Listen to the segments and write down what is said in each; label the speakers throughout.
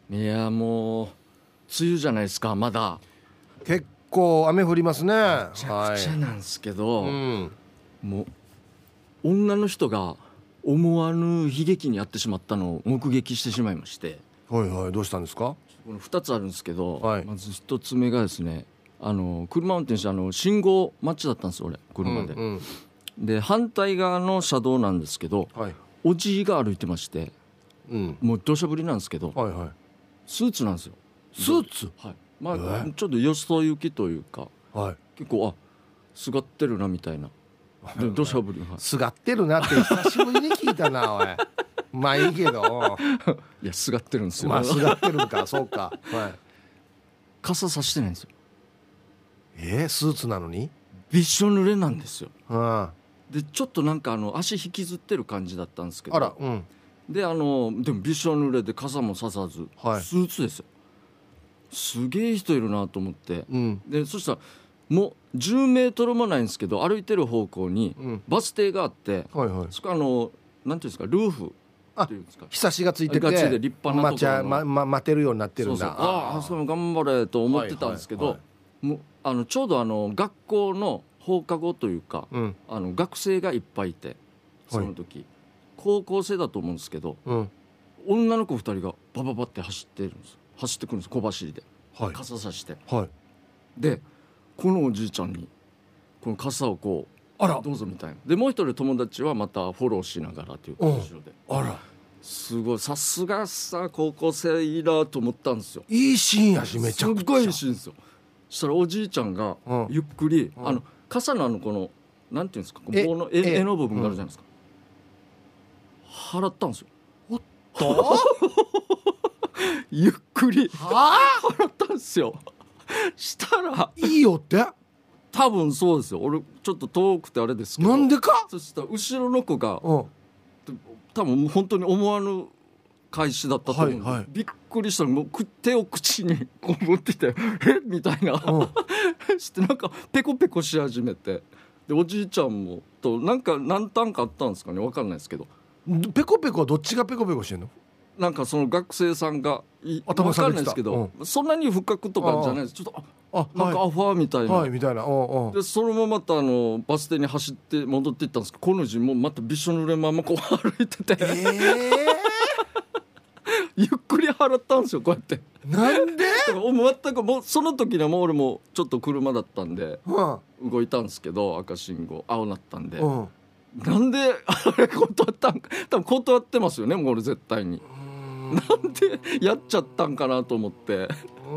Speaker 1: いやもう梅雨じゃないですか。まだ
Speaker 2: 結構雨降りますね。
Speaker 1: めちゃくちゃなんですけど、
Speaker 2: はい、うん、
Speaker 1: もう女の人が思わぬ悲劇に遭ってしまったのを目撃してしまいまして、
Speaker 2: はいはい、どうしたんですか？
Speaker 1: この2つあるんですけど、
Speaker 2: はい、
Speaker 1: まず1つ目がですね、車運転して信号待ちだったんですよ俺車で、
Speaker 2: うん
Speaker 1: で反対側の車道なんですけど、
Speaker 2: はい、
Speaker 1: おじいが歩いてまして、
Speaker 2: うん、
Speaker 1: もう土砂降りなんですけど、
Speaker 2: はいはい、
Speaker 1: スーツなんですよ。
Speaker 2: スーツ、
Speaker 1: はい、まあちょっとよそ行きというか、
Speaker 2: はい、
Speaker 1: 結構すがってるなみたいなで土砂降り、はい、
Speaker 2: すがってるなって久しぶりに聞いたなおいまあいいけど
Speaker 1: いやすがってるんですよ。
Speaker 2: まあすがってるんかそうか、はい、
Speaker 1: 傘さしてないんですよ。
Speaker 2: スーツなのに
Speaker 1: びっしょ濡れなんですよ。
Speaker 2: うん、
Speaker 1: でちょっとなんか足引きずってる感じだったんですけど、
Speaker 2: あら、うん、
Speaker 1: ででもびっしょ濡れで傘もささず、
Speaker 2: はい、
Speaker 1: スーツですよ。すげえ人いるなと思って、
Speaker 2: うん、
Speaker 1: でそしたらもう10メートルもないんですけど歩いてる方向にバス停があって、
Speaker 2: はいはい、
Speaker 1: そこなんていうんですか、ルーフっていうんですか、
Speaker 2: ひさしがついてて
Speaker 1: ガチで立派なところの
Speaker 2: 待てるようになってるんだ。
Speaker 1: そうそう、あそこも頑張れと思ってたんですけど、
Speaker 2: はいはい
Speaker 1: はい、もうちょうど学校の放課後というか、
Speaker 2: うん、
Speaker 1: 学生がいっぱいいて、その時、はい、高校生だと思うんですけど、
Speaker 2: うん、
Speaker 1: 女の子2人がバババって走ってるんです。走ってくるんです、小走りで、はい、傘さして、はい、でこのおじいちゃんにこの傘をこう、あらどうぞみたいな。でもう一人友達はまたフォローしながらというか、後ろで、あらすごい、さすがさ高校生いいなと思ったんですよ。
Speaker 2: いいシーンやし、めちゃくちゃ
Speaker 1: すごいいいシーンですよ。そしたらおじいちゃんがゆっくり、傘のこのなんていうんですか、棒の柄の部分があるじゃないですか、払ったんですよ。おっとゆっくり払ったんですよ。したら
Speaker 2: いいよって
Speaker 1: 多分そうですよ。俺ちょっと遠くてあれですけど、
Speaker 2: なんでか。
Speaker 1: そしたら後ろの子が、多分本当に思わぬ開始だったと思うんで、はいはい、びっくりしたらもう手を口にこう持っててみたいなしてなんかペコペコし始めて、でおじいちゃんもとなんか何ターンかあったんですかね、分かんないですけど、
Speaker 2: ペコペコはどっちがペコペコしてんの？
Speaker 1: なんかその学生さんが
Speaker 2: 頭下げてた、分かんない
Speaker 1: ですけど、そんなに深くとかじゃないです。ちょっとなんかアファーみたいな、
Speaker 2: はい、みたいな。
Speaker 1: でそのままたバス停に走って戻っていったんですけど、この字もまたびっしょ濡れままこう歩いてて、ゆっくり払ったんですよ、こうやって。
Speaker 2: なんで
Speaker 1: 全くもうその時にはもう俺もちょっと車だったんで、動いたんですけど、赤信号青なったんで、なんであれ断ったんか、多分断ってますよね、もう俺絶対に。なんでやっちゃったんかなと思って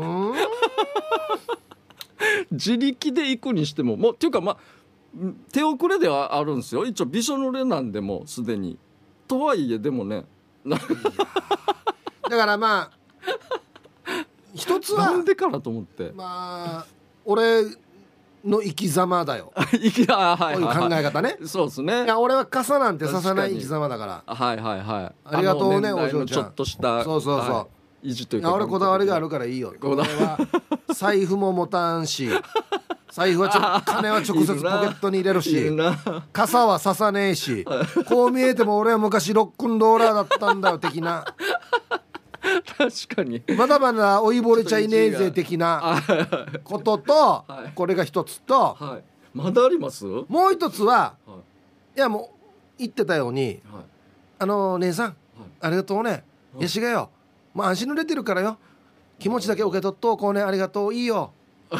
Speaker 1: 自力で行くにしても、もうっていうか、手遅れではあるんですよ、一応びしょ濡れなんでもうすでに。とはいえでもね
Speaker 2: だからまあ一つは
Speaker 1: なんでかなと思って、
Speaker 2: まあ俺の生き様だよこういう考え方ね。
Speaker 1: そうですね。
Speaker 2: いや俺は傘なんてささない生き様だから。
Speaker 1: はいはいはい。
Speaker 2: ありがとうねお嬢ちゃん。
Speaker 1: ちょっとした
Speaker 2: そうそうそう、
Speaker 1: はい、意地というか。
Speaker 2: 俺こだわりがあるからいいよ。俺は財布も持たんし、財布は金は直接ポケットに入れるし、傘はささねえし、こう見えても俺は昔ロックンローラーだったんだよ的な
Speaker 1: 確かに
Speaker 2: まだまだ追いぼれちゃいねえぜ的なことと、これが一つと、
Speaker 1: まだあります。も
Speaker 2: う一つは、いやもう言ってたように、姉さん、ありがとうね、やしがよ、もう安心濡れてるからよ、気持ちだけ受け取っとこうね、ありがとう、いいよ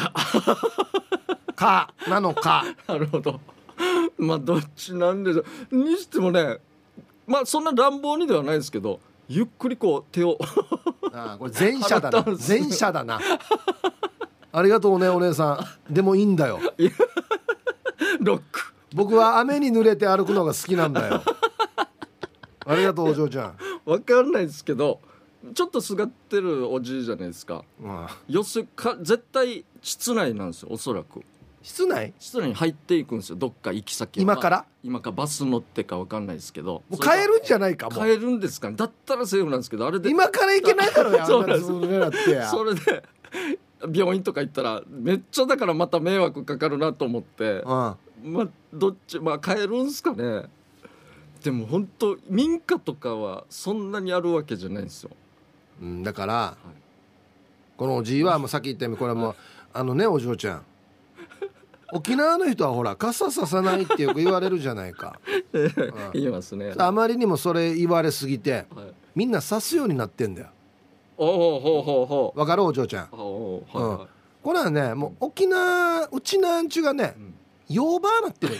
Speaker 2: かなのか。
Speaker 1: なるほど。まあどっちなんでしょうにしてもね、まあそんな乱暴にではないですけど、ゆっくりこう手を
Speaker 2: これ前者だな、前者だなありがとうねお姉さん、でもいいんだよ
Speaker 1: ロック、
Speaker 2: 僕は雨に濡れて歩くのが好きなんだよありがとうお嬢ちゃん。
Speaker 1: 分かんないですけど、ちょっとすがってるおじいじゃないですか。よせか絶対室内なんですよ、おそらく。室内に入っていくんですよ、どっか行き先は。今からバス乗ってか分かんないですけど、
Speaker 2: もう帰るんじゃないか、もう
Speaker 1: 帰るんですかね。だったらセーフなんですけど、あれで
Speaker 2: 今から行けないだろうや
Speaker 1: そうなんです。それで病院とか行ったらめっちゃだからまた迷惑かかるなと思って、どっち帰るんすかね。でも本当民家とかはそんなにあるわけじゃないんですよ。
Speaker 2: だから、このおじいはもうさっき言ったようにこれはもうお嬢ちゃん沖縄の人はほら傘ささないってよく言われるじゃないか、
Speaker 1: 言いますね。
Speaker 2: あまりにもそれ言われすぎて、みんなさすようになってんだよ。わかるお嬢ちゃん。これはねもう沖縄うちなんちゅがね、ヨーバーなってる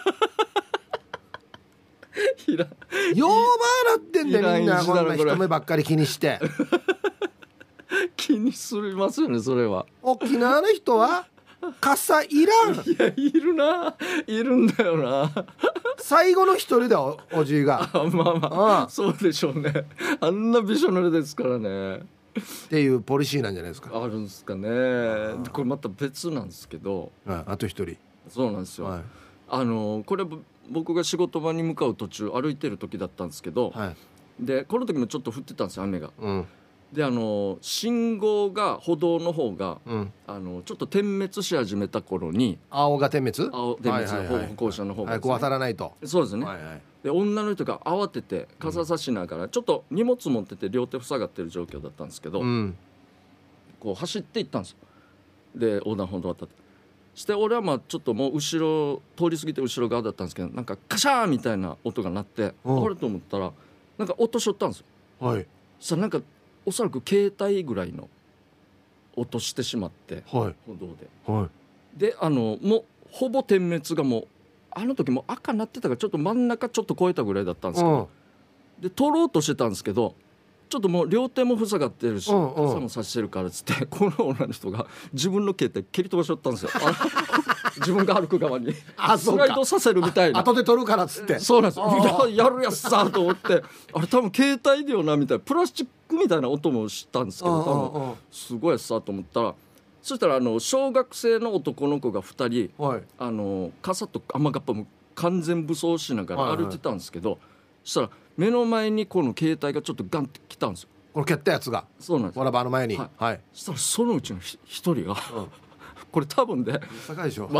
Speaker 2: ヨーバーなってんだよ。みんなこんな人目ばっかり気にして
Speaker 1: 気にすりますよねそれは。
Speaker 2: 沖縄の人は傘いらん。
Speaker 1: いやいるんだよな。
Speaker 2: 最後の一人だよおじいが。
Speaker 1: まあそうでしょうね。あんなびしょ濡れですからね
Speaker 2: っていうポリシーなんじゃないですか。
Speaker 1: あるんですかね。これまた別なんですけど、
Speaker 2: あと一人。
Speaker 1: そうなんですよ、これ僕が仕事場に向かう途中歩いてる時だったんですけど、でこの時もちょっと降ってたんですよ雨が、で信号が歩道の方が、ちょっと点滅し始めた頃に
Speaker 2: 青が点滅
Speaker 1: 歩行者の方が、
Speaker 2: 早く渡らないと。
Speaker 1: そうですね、で女の人が慌てて傘差しながら、ちょっと荷物持ってて両手塞がってる状況だったんですけど、こう走っていったんですよ。で横断歩道渡ってして俺はまあちょっともう後ろ通り過ぎて後ろ側だったんですけど、なんかカシャーみたいな音が鳴って、あれと思ったらなんか音しょったんですよ。そしたらなんかおそらく携帯ぐらいの音してしまって、歩道で、でもうほぼ点滅がもうあの時も赤鳴ってたからちょっと真ん中ちょっと超えたぐらいだったんですけど、で取ろうとしてたんですけど、ちょっともう両手も塞がってるし、傘も差してるからっつってこの女の人が自分の携帯蹴り飛ばしちゃったんですよ自分が歩く側にスライドさせるみたいな。
Speaker 2: 後で取るからっつって。
Speaker 1: そうなんですよ。やるやつさと思ってあれ多分携帯だよなみたいな、プラスチックみたいな音もしたんですけど、多分すごいやつさと思ったら、そしたら小学生の男の子が2人、傘と雨がっぱも完全武装しながら歩いてたんですけど、そしたら目の前にこの携帯がちょっとガンって来たんですよ。
Speaker 2: この蹴ったやつが。
Speaker 1: そうなんです。
Speaker 2: わらばの前に。
Speaker 1: そしたらそのうちの一人が、これ多分で、
Speaker 2: 高いでしょ。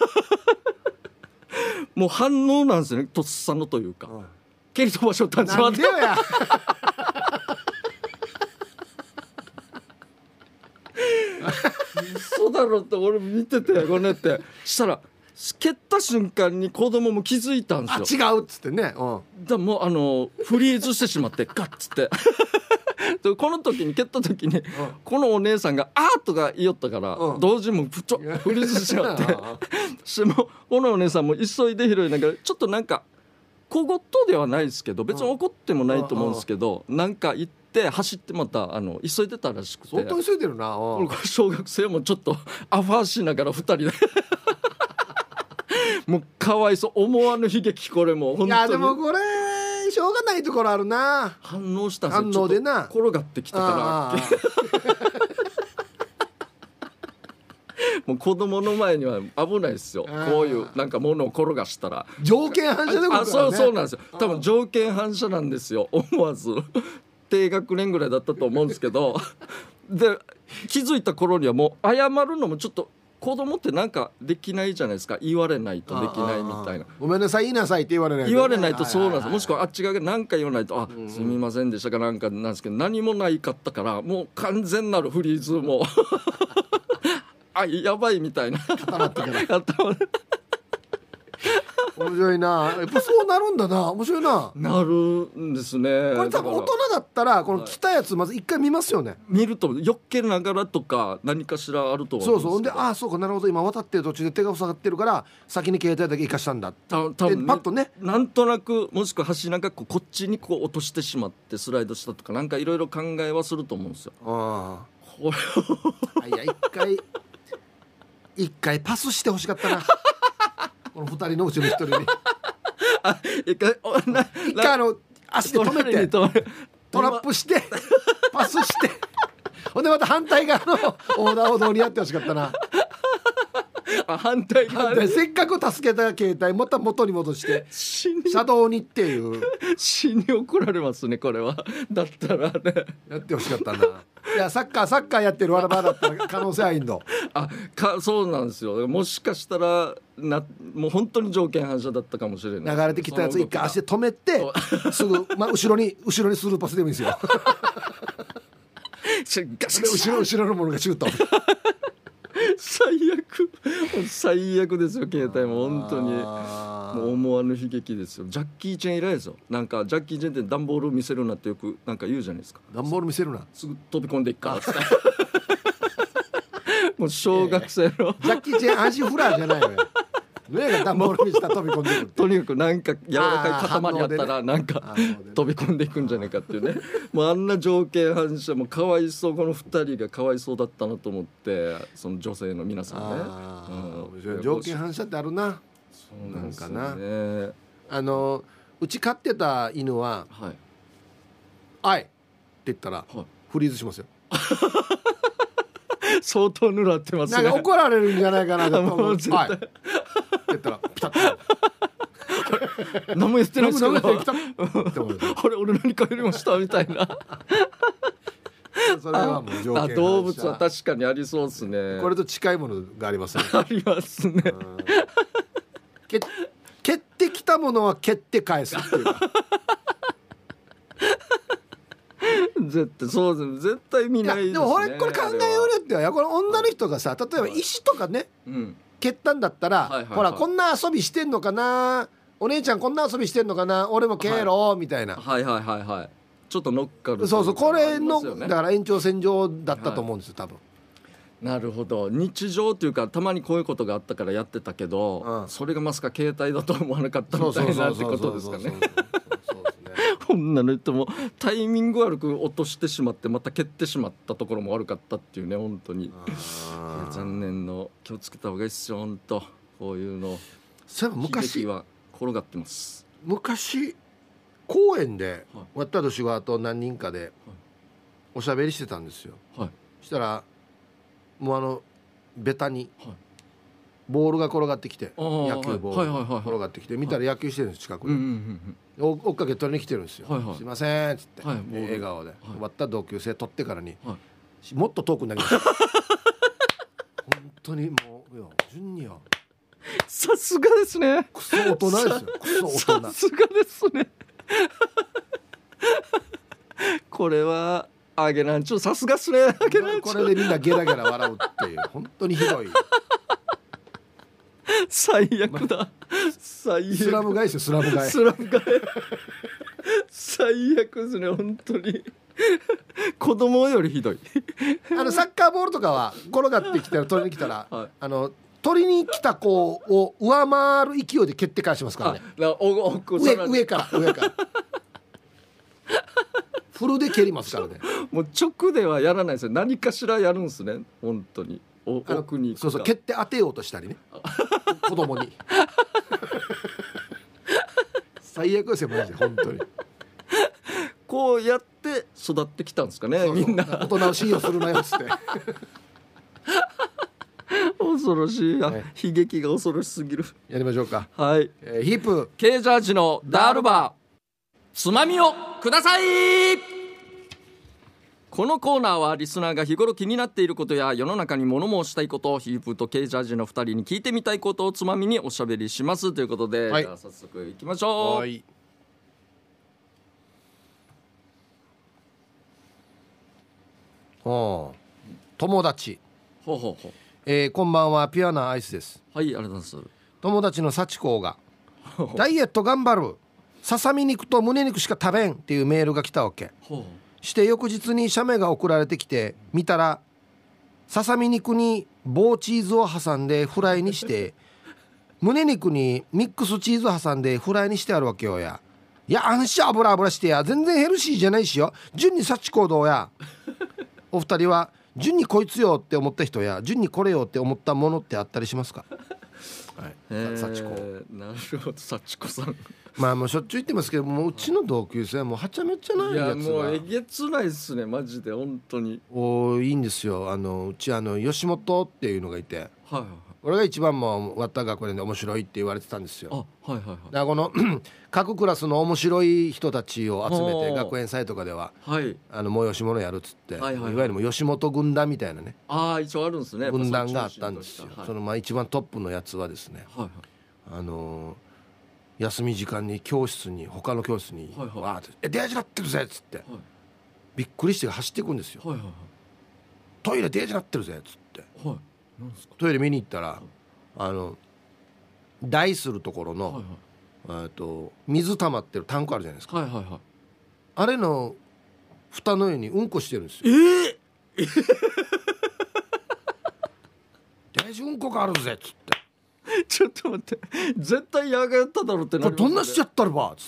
Speaker 1: もう反応なんですよね、とっさのというか、蹴り飛ばしょったんですよ。
Speaker 2: なんでよや
Speaker 1: 嘘だろって俺見ててこうねってしたら蹴った瞬間に子供も気づいたんですよ。
Speaker 2: 違うっつってね。
Speaker 1: だもうフリーズしてしまってガッつってでこの時に蹴った時に、このお姉さんがあーとか言いよったから、同時もフリーズしちゃってしてもこのお姉さんも急いで拾いながら、ちょっとなんか小言ではないですけど別に怒ってもないと思うんですけど、なんか言って走ってまた急いでたらしくて、
Speaker 2: 相当急いでるな。
Speaker 1: 小学生もちょっとアファーしながら2人でもうかわいそう、思わぬ悲劇。これも本当に。
Speaker 2: いやでもこれしょうがないところあるな。
Speaker 1: 反応したんですよ。
Speaker 2: 反応でな
Speaker 1: 転がってきたからもう子供の前には危ないですよ。こういうなんか物を転がしたら
Speaker 2: 条件反射でことだね。
Speaker 1: そうなんですよ。多分条件反射なんですよ。思わず低学年ぐらいだったと思うんですけどで気づいた頃にはもう謝るのもちょっと子供ってなんかできないじゃないですか。言われないとできないみたいな。
Speaker 2: ごめんなさい言いなさいって言われないと、
Speaker 1: 言われないとそうなんです。もしくはあっち側が何か言わないと、すみませんでしたかなんかなんですけど、何もないかったからもう完全なるフリーズもやばいみたいな
Speaker 2: 固まってから面白いな。やっぱそうなるんだな。面白いな。
Speaker 1: なるんですね。
Speaker 2: これ多分大人だったらこの来たやつまず一回見ますよね。
Speaker 1: 見るとよっけながらとか何かしらあると思
Speaker 2: うんですけど。そうでそうかなるほど、今渡ってる途中で手が塞がってるから先に携帯だけ生かしたんだ
Speaker 1: 多分、ね、
Speaker 2: パッとね、
Speaker 1: なんとなくもしくは橋なんかこっちにこう落としてしまってスライドしたとかなんかいろいろ考えはすると思うんですよ。こ
Speaker 2: れいや一回パスしてほしかったなこの2人のうちの1人に一回足で止めてトラップしてパスしてほんでまた反対側の横断歩道にやってほしかったな
Speaker 1: 反対側
Speaker 2: せっかく助けた携帯また元に戻して車道にっていう
Speaker 1: 死に怒られますねこれは。だったらね
Speaker 2: やってほしかったな。いやサッカーやってるわらばだったら可能性はいいんだ
Speaker 1: そうなんですよ。もしかしたらもう本当に条件反射だったかもしれない。
Speaker 2: 流れてきたやつ一回足で止めてすぐ、後ろにスルーパスでもいいですよ後ろのものがシュート
Speaker 1: 最悪ですよ携帯も本当にもう思わぬ悲劇ですよ。ジャッキーチェン以来ですよ。なんかジャッキーチェンって段ボール見せるなってよくなんか言うじゃないですか。
Speaker 2: 段ボール見せるな
Speaker 1: すぐ飛び込んでいくからってもう小学生の
Speaker 2: ジャッキーチェン足フラーじゃないよねが段ボールにしたら飛び込んでいく
Speaker 1: とにかくなんか柔らかい塊あったらなんか飛び込んでいくんじゃないかっていうねもうあんな条件反射もかわいそう。この2人がかわいそうだったなと思ってその女性の皆さんね、
Speaker 2: 条件反射ってあるな。
Speaker 1: そうなんですよね。
Speaker 2: なんかなうち飼ってた犬は
Speaker 1: はい、
Speaker 2: あいって言ったら、
Speaker 1: はい、
Speaker 2: フリーズしますよ
Speaker 1: 相当ぬらってますね。
Speaker 2: なんか怒られるんじゃないかなと思う。
Speaker 1: 絶対
Speaker 2: はいって言ったらピタッと
Speaker 1: 何も言ってないですけど俺何かやりましたみたいな
Speaker 2: それはもう条件反射。
Speaker 1: 動物は確かにありそうですね。
Speaker 2: これと近いものがありますね
Speaker 1: ありますね。
Speaker 2: 蹴ってきたものは蹴って返すっていうか
Speaker 1: 絶対そうです。絶対見ないですね。
Speaker 2: でもこれ考えようによってはこの女の人がさ例えば石とかね、蹴ったんだったら、ほらこんな遊びしてんのかな、お姉ちゃんこんな遊びしてんのかな、俺も蹴ろ、みたいな、
Speaker 1: ちょっと乗っかる。
Speaker 2: そうこれのだから延長線上だったと思うんですよ多分。
Speaker 1: なるほど。日常というかたまにこういうことがあったからやってたけど、それがまさか携帯だとは思わなかったみたいなってことですかね。こんなの言ってもタイミング悪く落としてしまってまた蹴ってしまったところも悪かったっていうね。本当に残念の気をつけた方がいいですよ本当。こういうの
Speaker 2: そういえば
Speaker 1: 昔は転がってます。
Speaker 2: 昔公園で私があと何人かでおしゃべりしてたんですよ、したらもうベタにボールが転がってきて、野球ボールが転がってきて見たら野球してるんです近くで、追っかけ取りに来てるんですよ、すいませんっつって、笑顔で、終わった同級生取ってからに、もっと遠くなりました本当にもう順によ
Speaker 1: さすがですね。
Speaker 2: クソ大人ですよクソ大人
Speaker 1: さすがですねこれはあげなんちょさすがっすね。
Speaker 2: これでみんなゲラゲラ笑うっていう本当にひどい
Speaker 1: 最悪だ、最悪。
Speaker 2: スラム街ですよスラム街
Speaker 1: 最悪ですね本当に子供よりひどい
Speaker 2: サッカーボールとかは転がってきたら取りに来たら、取りに来た子を上回る勢いで蹴って返しますからね。上からフルで蹴りますからね
Speaker 1: もう直ではやらないですよ。何かしらやるんですね本当に。奥に
Speaker 2: そう蹴って当てようとしたりね子供に最悪ですよマジで本当に。
Speaker 1: こうやって育ってきたんですかね。
Speaker 2: そう
Speaker 1: みんな
Speaker 2: 大人を信用するなよっつって
Speaker 1: 恐ろしい、悲劇が恐ろしすぎる。
Speaker 2: やりましょうか。
Speaker 1: はい、
Speaker 2: ヒープ
Speaker 1: Kジャージのダールバーつまみをください。このコーナーはリスナーが日頃気になっていることや世の中に物申したいことをヒープと Kジャージの2人に聞いてみたいことをつまみにおしゃべりしますということで、じゃあ早速いきましょう。
Speaker 2: 友達こんばんはピュアなアイスです。
Speaker 1: はい、ありがとうございます。
Speaker 2: 友達の幸子がダイエット頑張るささみ肉と胸肉しか食べんっていうメールが来たわけして翌日に写メが送られてきて見たらささみ肉に棒チーズを挟んでフライにして胸肉にミックスチーズ挟んでフライにしてあるわけよや。いやあんし油してや全然ヘルシーじゃないしよ順に幸子どうやお二人は順にこいつよって思った人や順にこれよって思ったものってあったりしますか？幸子
Speaker 1: なるほど幸子さん
Speaker 2: まあもうしょっちゅう言ってますけどもううちの同級生はもうはちゃめちゃないやつが
Speaker 1: もうえげつないっすねマジで本当に
Speaker 2: いいんですよ。うち吉本っていうのがいて、俺が一番もう終わった学年で面白いって言われてたんですよ。だからこの各クラスの面白い人たちを集めて学園祭とかでは、催し物やるっつって、いわゆるもう吉本軍団みたいなね
Speaker 1: 一応あるんですね
Speaker 2: 軍団があったんですよ。その一番トップのやつはですね、休み時間に教室に他の教室にわーって「出味なってるぜ」っつって、 びっくりして走っていくんですよ、
Speaker 1: はいはいはい、
Speaker 2: トイレデージなってるぜっつって、
Speaker 1: はい、なんですか。
Speaker 2: トイレ見に行ったら、台するところの、
Speaker 1: はいはい、
Speaker 2: 水溜まってるタンクあるじゃないですか、
Speaker 1: はいはいはい、
Speaker 2: あれの蓋の上にうんこしてるんですよ。大事うんこがあるぜっつって、
Speaker 1: ちょっと待って、絶対矢がやっただろってなりますよね。
Speaker 2: これどんなしちゃったらばっつって、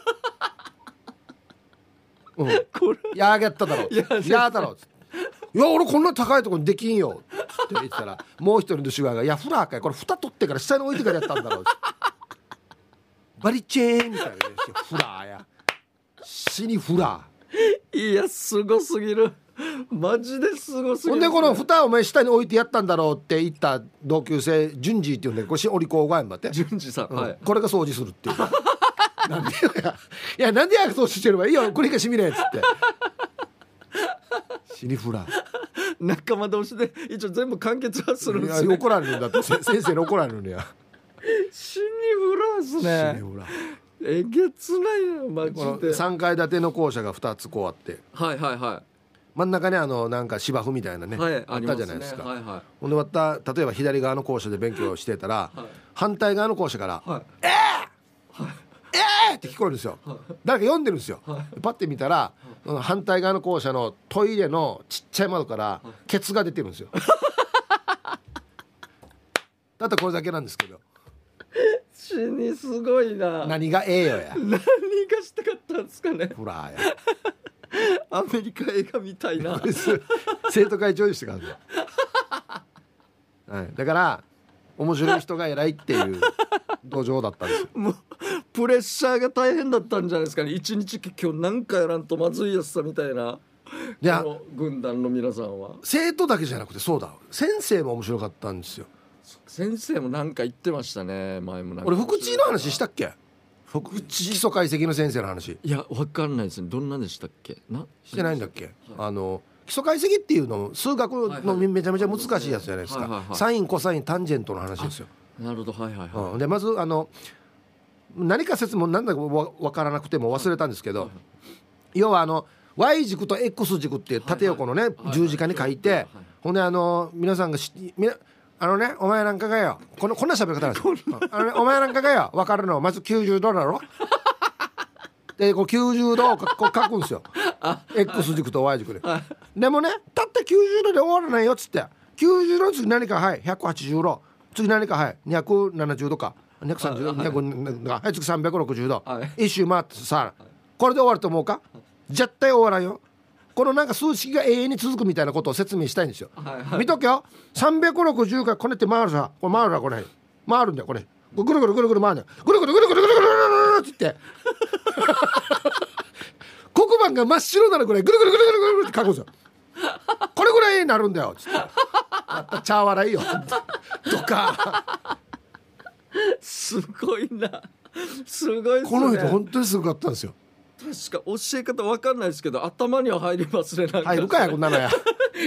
Speaker 2: うん、
Speaker 1: これ
Speaker 2: 矢がやっただろ、矢だろっつって、いや俺こんな高いところにできんよって言ってたら、もう一人のシュガーが、いやフラーかい、これ蓋取ってから下に置いてからやったんだろう、バリチェーンみたいなですよ、フラーや死にフラ
Speaker 1: ー、いやすごすぎる、マジですごすぎる。
Speaker 2: ほんでこの蓋お前下に置いてやったんだろうって言った同級生順次っていうんで、これお利口がんばって
Speaker 1: 順次さん、はい、
Speaker 2: これが掃除するっていうなんでよや、いやなんでや掃除してればいいよ、繰り返し見れっつって死にフラ
Speaker 1: 仲間同士で一応全部完結はするんですよ、
Speaker 2: いや怒られるんだって先生に怒られるんや
Speaker 1: 死にフラですね。
Speaker 2: 死にフラ
Speaker 1: えげつないよマジで。
Speaker 2: 3階建ての校舎が2つこうあって、
Speaker 1: はいはいはい、
Speaker 2: 真ん中になんか芝生みたいなね、
Speaker 1: はい、
Speaker 2: あったじゃないですか、
Speaker 1: はいはい、
Speaker 2: ほんでまた例えば左側の校舎で勉強してたら、はい、反対側の校舎から、はい、って聞こえるんですよ、はい、誰か読んでるんですよ、はい、パッて見たら、はい、反対側の校舎のトイレのちっちゃい窓からケツが出てるんですよ、はい、だってこれだけなんですけど、
Speaker 1: 死にすごいな。
Speaker 2: 何がええよや、
Speaker 1: 何がしたかったんですかね。
Speaker 2: ほらや
Speaker 1: アメリカ映画みたいな
Speaker 2: 生徒会長でしたからね、はい、だから面白い人が偉いっていう土壌だったんですよ。
Speaker 1: もうプレッシャーが大変だったんじゃないですかね。一日今日何かやらんとまずいやつさみたいな。いや、この軍団の皆さんは
Speaker 2: 生徒だけじゃなくて、そうだ、先生も面白かったんですよ。
Speaker 1: 先生もなんか言ってましたね、前もなんか。
Speaker 2: 俺福知の話したっけ、福知基礎解析の先生の話。
Speaker 1: いや分かんないですね、どんなでしたっけ。
Speaker 2: してないんだっけ、はい、基礎解析っていうの数学のめちゃめちゃ難しいやつじゃないですか、はいはいはい、サインコサインタンジェントの話ですよ。
Speaker 1: なるほど、はいはいはい、
Speaker 2: でまず何か説も何だか分からなくても忘れたんですけど、はいはい、要はY 軸と X 軸っていう縦横のね、はいはい、十字架に書いて、はいはい、ほんで皆さんがお前なんかがよ、こんな喋り方なんですよお前なんかがよ分かるのまず90度だろでこう90度をこう書くんですよX 軸と Y 軸で、はい、でもねたった90度で終わらないよっつって、90度の次何かはい180度、次何かはい270度か230度、250はい次360度、はい、一周回ってさ、これで終わると思うか、絶対終わらんよ。このなんか数式が永遠に続くみたいなことを説明したいんですよ、はいはい、見とけよ、360からこねって回るさ、これ回るな、これ回るんだよ、これぐるぐるぐるぐる回るんだよ、ぐるぐるぐるぐるぐるぐるぐるって言って黒板が真っ白ならぐらいぐるぐるぐるぐるぐるって書くんですよこれぐらいになるんだよつってまた茶笑いよとか
Speaker 1: すごいな、すごいっすね。
Speaker 2: この人本当にすごかったんですよ。
Speaker 1: 確か教え方分かんないですけど頭には入りますね。なんか
Speaker 2: 入るかやこんなのや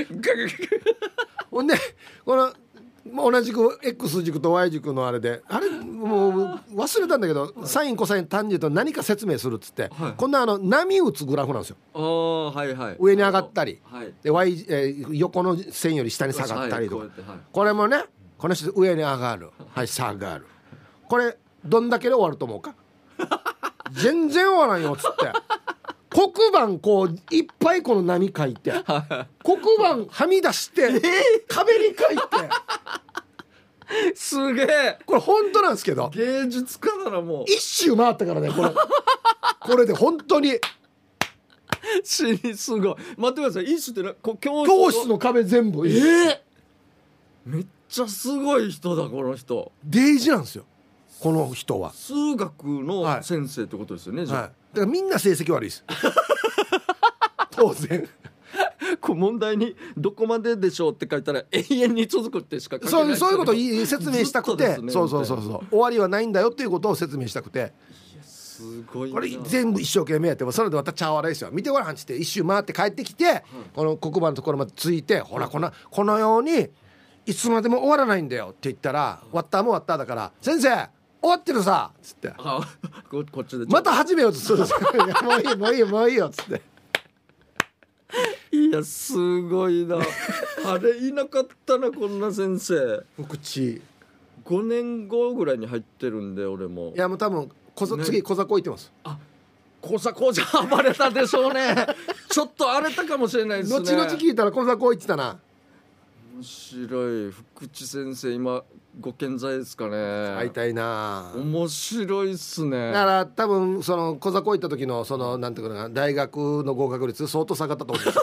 Speaker 2: ほんでこの同じく X 軸と Y 軸のあれであれもう忘れたんだけど、サインコサインタンジェント何か説明するっつって、はい、こんな波打つグラフなんですよ。
Speaker 1: はいはい、
Speaker 2: 上に上がったり、
Speaker 1: はい、
Speaker 2: で 横の線より下に下がったりとか、はい、これもねこの人上に上がる、はい、下がる、これどんだけで終わると思うか全然終わらんよっつって黒板こういっぱいこの波書いて黒板はみ出して壁に書いて
Speaker 1: すげえ、
Speaker 2: これ本当なんですけど、
Speaker 1: 芸術家ならもう
Speaker 2: 一周回ったからねこれで本当に
Speaker 1: すごい。待ってください、一周って
Speaker 2: 教室の壁全部
Speaker 1: めっちゃすごい人だ、この人
Speaker 2: デイジなんですよ。この人は
Speaker 1: 数学の先生ってことですよね、はい、じゃあ、はい、
Speaker 2: だからみんな成績悪いです当然
Speaker 1: こう問題にどこまででしょうって書いたら永遠に続くってしか書けない、
Speaker 2: そういうことを説明したくて、ね、そう終わりはないんだよっていうことを説明したくて、いや
Speaker 1: すごいな、
Speaker 2: これ全部一生懸命やってもそれでまた茶笑いですよ。見てごらんって一周回って帰ってきて、はい、この黒板のところまでついて、ほらこのようにいつまでも終わらないんだよって言ったら、終わったも終わっただから先生終わってるさっつって、
Speaker 1: こっちで
Speaker 2: また始めようとするんですよもういいよっつって
Speaker 1: いやすごいなあれいなかったなこんな先生。
Speaker 2: 福地
Speaker 1: 5年後ぐらいに入ってるんで俺も。
Speaker 2: いやもう多分次小坂行ってます。
Speaker 1: あ、小坂じゃ暴れたでしょうねちょっと荒れたかもしれないですね。
Speaker 2: 後々聞いたら小坂行ってたな。
Speaker 1: 面白い。福地先生今ご健在ですかね。
Speaker 2: 会いたいな。
Speaker 1: 面白いっすね。
Speaker 2: だから多分その小坂行った時のそのなんていうかな、大学の合格率相当下がったと思うんです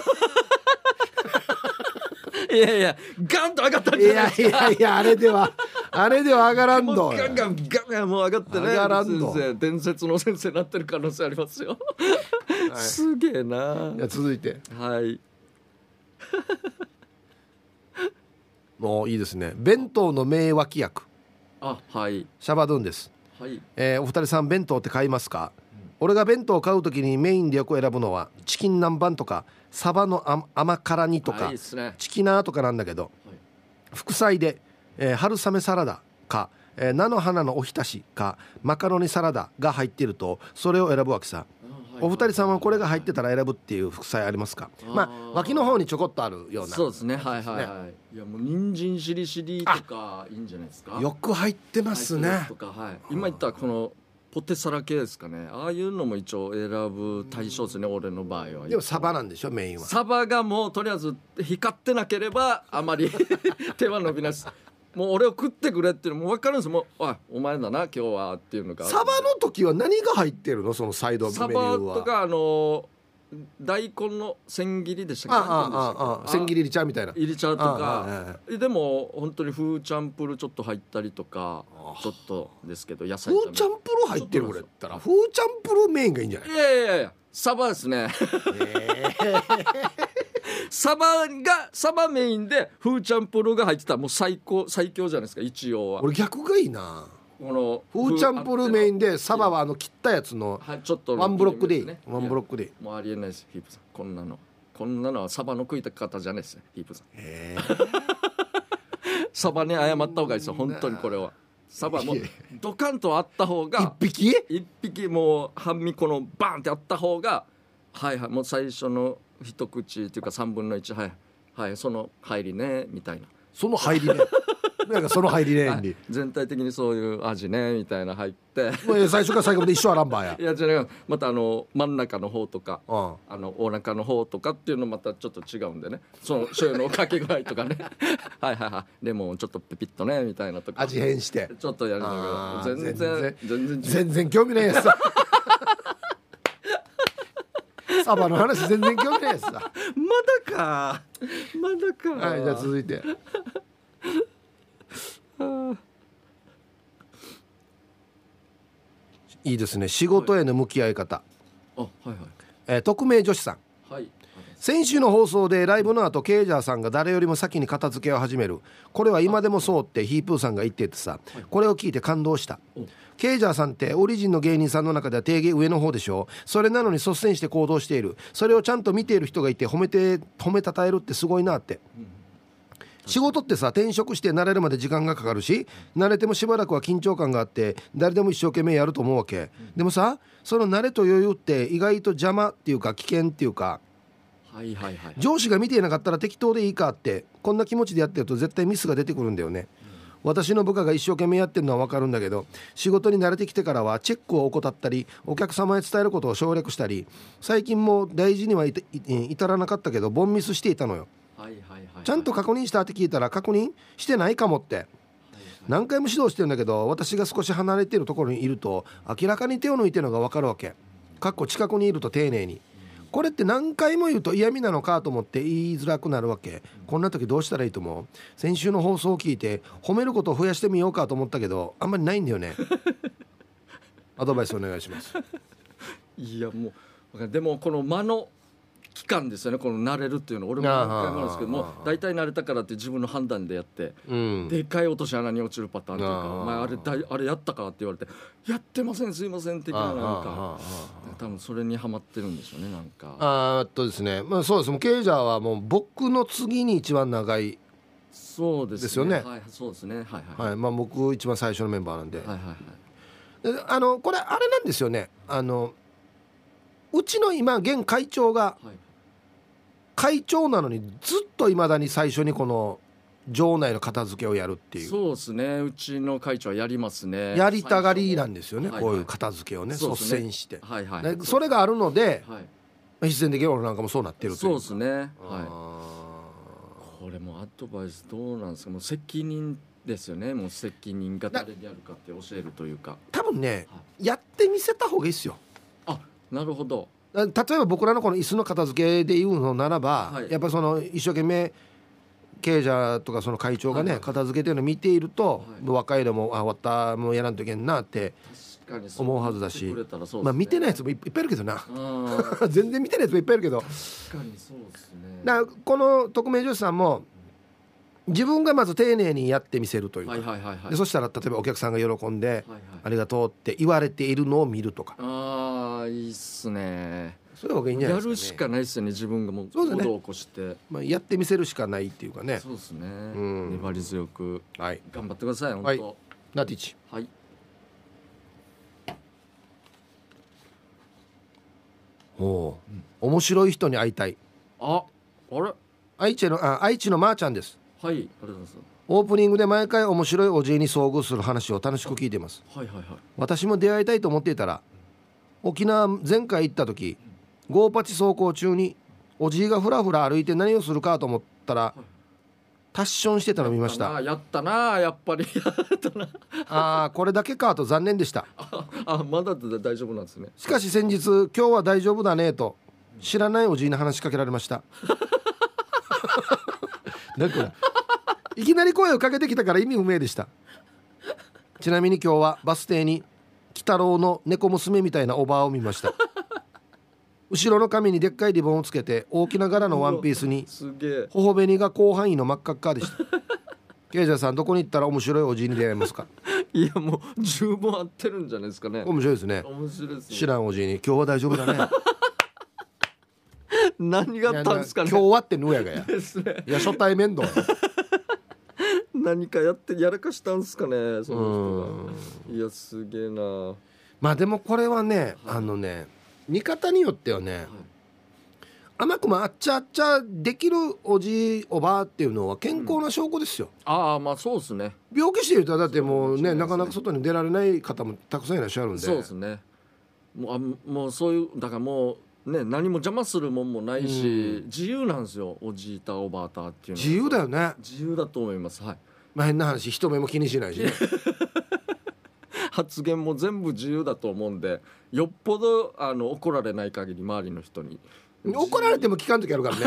Speaker 1: いやいやガンと上がったんじゃないですか。
Speaker 2: いやあれでは上がらんど。
Speaker 1: ガンガンもう上がってね。
Speaker 2: 上がらんど。
Speaker 1: 先生伝説の先生になってる可能性ありますよ、はい、すげえな。
Speaker 2: いや続いて
Speaker 1: はい
Speaker 2: もういいですね。弁当の名脇役。
Speaker 1: あ、はい。
Speaker 2: シャバドゥンです、
Speaker 1: はい。
Speaker 2: お二人さん弁当って買いますか？俺が弁当を買うときにメインでよく選ぶのはチキン南蛮とかサバの甘辛煮とか、
Speaker 1: いいっすね、
Speaker 2: チキナーとかなんだけど、はい、副菜で、春雨サラダか、菜の花のおひたしかマカロニサラダが入っているとそれを選ぶわけさ。お二人さんはこれが入ってたら選ぶっていう副菜ありますか？まあ脇の方にちょこっとあるような。
Speaker 1: そうですね、はいはいはい。いやもう人参しりしりとかいいんじゃないですか。
Speaker 2: よく入ってますね
Speaker 1: とか、はい、今言ったこのポテサラ系ですかね。ああいうのも一応選ぶ対象ですね、俺の場合は。
Speaker 2: でもサバなんでしょメインは。
Speaker 1: サバがもうとりあえず光ってなければあまり手は伸びないです。もう俺を食ってくれっていうのも分かるんです。もうお前だな今日はっていうのが。
Speaker 2: サバの時は何が入ってるの？そのサイドメニューは。
Speaker 1: サバとか大根の千切りでしたっけ？
Speaker 2: 千切り入れちゃうみたいな。
Speaker 1: 入れちゃうとか。でも本当に風チャンプルちょっと入ったりとか、ちょっとですけど野菜。
Speaker 2: 風チャンプル入ってるこれったら風チャンプルメインがいいんじゃない？
Speaker 1: いやサバですね。サバメインでフーチャンプルが入ってたらもう最強じゃないですか一応は。
Speaker 2: 俺逆がいいな。
Speaker 1: この
Speaker 2: フーチャンプルメインでサバは切ったやつの
Speaker 1: ちょっと
Speaker 2: ワンブロックでいい。ワンブロックでいい。
Speaker 1: もうありえないですヒープさん。こんなのはサバの食いた方じゃないですねヒープさん。サバに謝った方がいいですよ本当に。これはサバもドカンとあった方が
Speaker 2: 一
Speaker 1: 匹もう半身このバーンってあった方が、はいはい、もう最初の一口っていうか3分の1、はいはい、その入りねみたいな。
Speaker 2: その入りねなんかその入りねに
Speaker 1: 全体的にそういう味ねみたいな入って
Speaker 2: 最初から最後まで一緒アランバーや。
Speaker 1: いやじゃあまた真ん中の方とか、お腹の方とかっていうのまたちょっと違うんでね、その醤油のかけ具合とかねはいはいはい、レモンちょっとピピッとねみたいなとか
Speaker 2: 味変して
Speaker 1: ちょっとやるのけど
Speaker 2: 全然興味ないやつさサバの話全然興味ないやつさ
Speaker 1: まだか。
Speaker 2: はい、じゃあ続いていいですね。仕事への向き合い方。
Speaker 1: はいはい。
Speaker 2: 匿名女子さん、
Speaker 1: はい、
Speaker 2: 先週の放送でライブの後ケイジャーさんが誰よりも先に片付けを始める、これは今でもそうってヒープーさんが言っててさ、これを聞いて感動した。ケイジャーさんってオリジンの芸人さんの中では定義上の方でしょ。それなのに率先して行動している。それをちゃんと見ている人がいて褒めたたえるってすごいなって。仕事ってさ、転職して慣れるまで時間がかかるし、慣れてもしばらくは緊張感があって誰でも一生懸命やると思うわけ。でもさ、その慣れと余裕って意外と邪魔っていうか危険っていうか、上司が見ていなかったら適当でいいかって、こんな気持ちでやってると絶対ミスが出てくるんだよね。私の部下が一生懸命やってるのは分かるんだけど、仕事に慣れてきてからはチェックを怠ったり、お客様へ伝えることを省略したり、最近も大事には至らなかったけどボンミスしていたのよ。ちゃんと確認したって聞いたら確認してないかもって、何回も指導してるんだけど、私が少し離れているところにいると明らかに手を抜いてるのが分かるわけ。近くにいると丁寧に。これって何回も言うと嫌味なのかと思って言いづらくなるわけ。こんな時どうしたらいいと思う？先週の放送を聞いて褒めることを増やしてみようかと思ったけどあんまりないんだよねアドバイスお願いします
Speaker 1: いやもうでもこの間の期間ですよね、この慣れるっていうの。俺も何回もあるんですけども、大体慣れたからって自分の判断でやって、でかい落とし穴に落ちるパターンというか、お前あれやったかって言われてやってませんすいません的な、なんか多分それにはまってるんでしょうね。なんか
Speaker 2: ですね、そうです。もうケイジャーはもう僕の次に一番長い
Speaker 1: そうですね。
Speaker 2: ですよね。
Speaker 1: はい、そうですね。
Speaker 2: はい、僕一番最初のメンバーなんで、これあれなんですよね。うちの今現会長が、 会長なのにずっといまだに最初にこの場内の片付けをやるっていう。
Speaker 1: そうですね、うちの会長はやりますね。
Speaker 2: やりたがりなんですよね、
Speaker 1: はいはい、
Speaker 2: こういう片付けをね、率先して、
Speaker 1: はいはい、
Speaker 2: それがあるので、
Speaker 1: はい、
Speaker 2: 必然的に俺なんかもそうなってるという。
Speaker 1: そうですね、はい、これもアドバイスどうなんですか。もう責任ですよね。もう責任が誰にやるかって教えるというか、
Speaker 2: 多分ね、はい、やってみせた方がいいですよ。
Speaker 1: あ、なるほど。
Speaker 2: 例えば僕らのこの椅子の片付けで言うのならば、はい、やっぱりその一生懸命経営者とかその会長がね、はい、片付けてるのを見ていると、はい、若いのも終わったもうやらんといけんなって思うはずだし、ね、まあ見てないやつもいっぱいいるけどな全然見てないやつもいっぱいいるけど、
Speaker 1: 確かにそうですね。
Speaker 2: だからこの匿名女子さんも自分がまず丁寧にやってみせるというか、でそしたら例えばお客さんが喜んで、はいはい、ありがとうって言われているのを見るとか、
Speaker 1: ああ、いいっすね。
Speaker 2: それはいいんじゃないですかね。
Speaker 1: やるしかないですよね。自分がもう行動を起こして、
Speaker 2: まあ、やってみせるしかないっていうかね。
Speaker 1: そうですね、粘り強く、はい、頑張ってください。本当、はい、
Speaker 2: ナティチ、
Speaker 1: はい、
Speaker 2: 面白い人に会いたい。
Speaker 1: あれ
Speaker 2: 愛知のまーちゃんです。
Speaker 1: はい、ありがとうございます。
Speaker 2: オープニングで毎回面白いおじいに遭遇する話を楽しく聞いています。
Speaker 1: はいはいはい。
Speaker 2: 私も出会いたいと思っていたら、沖縄前回行った時、ゴーパチ走行中におじいがふらふら歩いて何をするかと思ったら、タッションしてたのを見ました。
Speaker 1: やったな、やっぱりやったな
Speaker 2: あ、これだけかと残念でした。
Speaker 1: まだ大丈夫なんですね。
Speaker 2: しかし先日、今日は大丈夫だねと知らないおじいに話しかけられましたなんかいきなり声をかけてきたから意味不明でした。ちなみに今日はバス停に鬼太郎の猫娘みたいなおばあを見ました後ろの髪にでっかいリボンをつけて大きな柄のワンピースに頬紅が広範囲の真っ赤っかでしたケイジャーさん、どこに行ったら面白いおじいに出会えますか？
Speaker 1: いや、もう十分合ってるんじゃないですかね。
Speaker 2: 面白いですね。
Speaker 1: 面白いですね。
Speaker 2: 知らんおじいに今日は大丈夫だね
Speaker 1: 何があったんですかね。
Speaker 2: 今日はってぬやがや
Speaker 1: ですね。
Speaker 2: いや、初対面ど
Speaker 1: 何かやらかしたんですかね、その人が。いや、すげえな。
Speaker 2: まあでもこれはね、はい、見方によってはね、はい、甘くもあっちゃあっちゃできるおじいおばあっていうのは健康な証拠ですよ、
Speaker 1: ああ、まあそうですね。
Speaker 2: 病気しているとだってもうね、なかなか外に出られない方もたくさんいらっしゃるんで。
Speaker 1: そうですね。もうそういう、だからもうね、何も邪魔するもんもないし、自由なんですよ、おじいたおばあたっていうのは。
Speaker 2: 自由だよね。
Speaker 1: 自由だと思います。はい。
Speaker 2: まあ変な話、人目も気にしないしね
Speaker 1: 発言も全部自由だと思うんで、よっぽど怒られない限り周りの人に。
Speaker 2: 怒られても聞かん時あるからね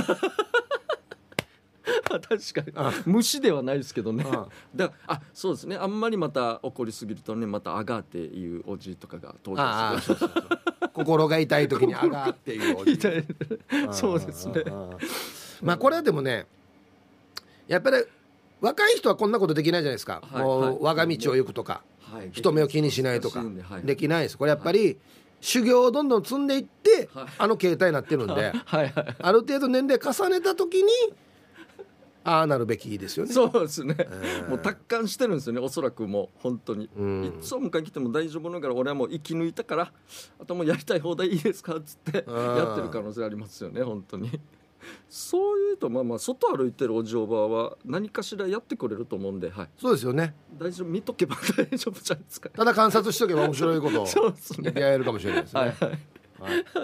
Speaker 1: 確かに無視ではないですけどね。そうですね。あんまりまた怒りすぎるとね、またアガーっていうおじいとかが登場する。そう
Speaker 2: 心が痛い時にアガーっていうおじい
Speaker 1: そうですね。
Speaker 2: まあこれはでもね、やっぱり若い人はこんなことできないじゃないですか、はい、もう我が道を行くとか、はい、人目を気にしないとかできないです。これやっぱり修行をどんどん積んでいって、はい、形態になってるんではい、ある程度年齢重ねた時にああなるべきですよね。
Speaker 1: そうですね、もう達観してるんですよね、おそらく。もう本当に、いつも迎え来ても大丈夫だから、俺はもう生き抜いたから、あともうやりたい放題いいですかっつってやってる可能性ありますよね、本当に。そういうとまあ外歩いてるおじおばは何かしらやってくれると思うんで、はい、
Speaker 2: そうですよね。
Speaker 1: 大丈夫、見とけば大丈夫じゃないですか。
Speaker 2: ただ観察しとけば面白いことを
Speaker 1: そうですね、
Speaker 2: 出会えるかもしれないですね。はいはい、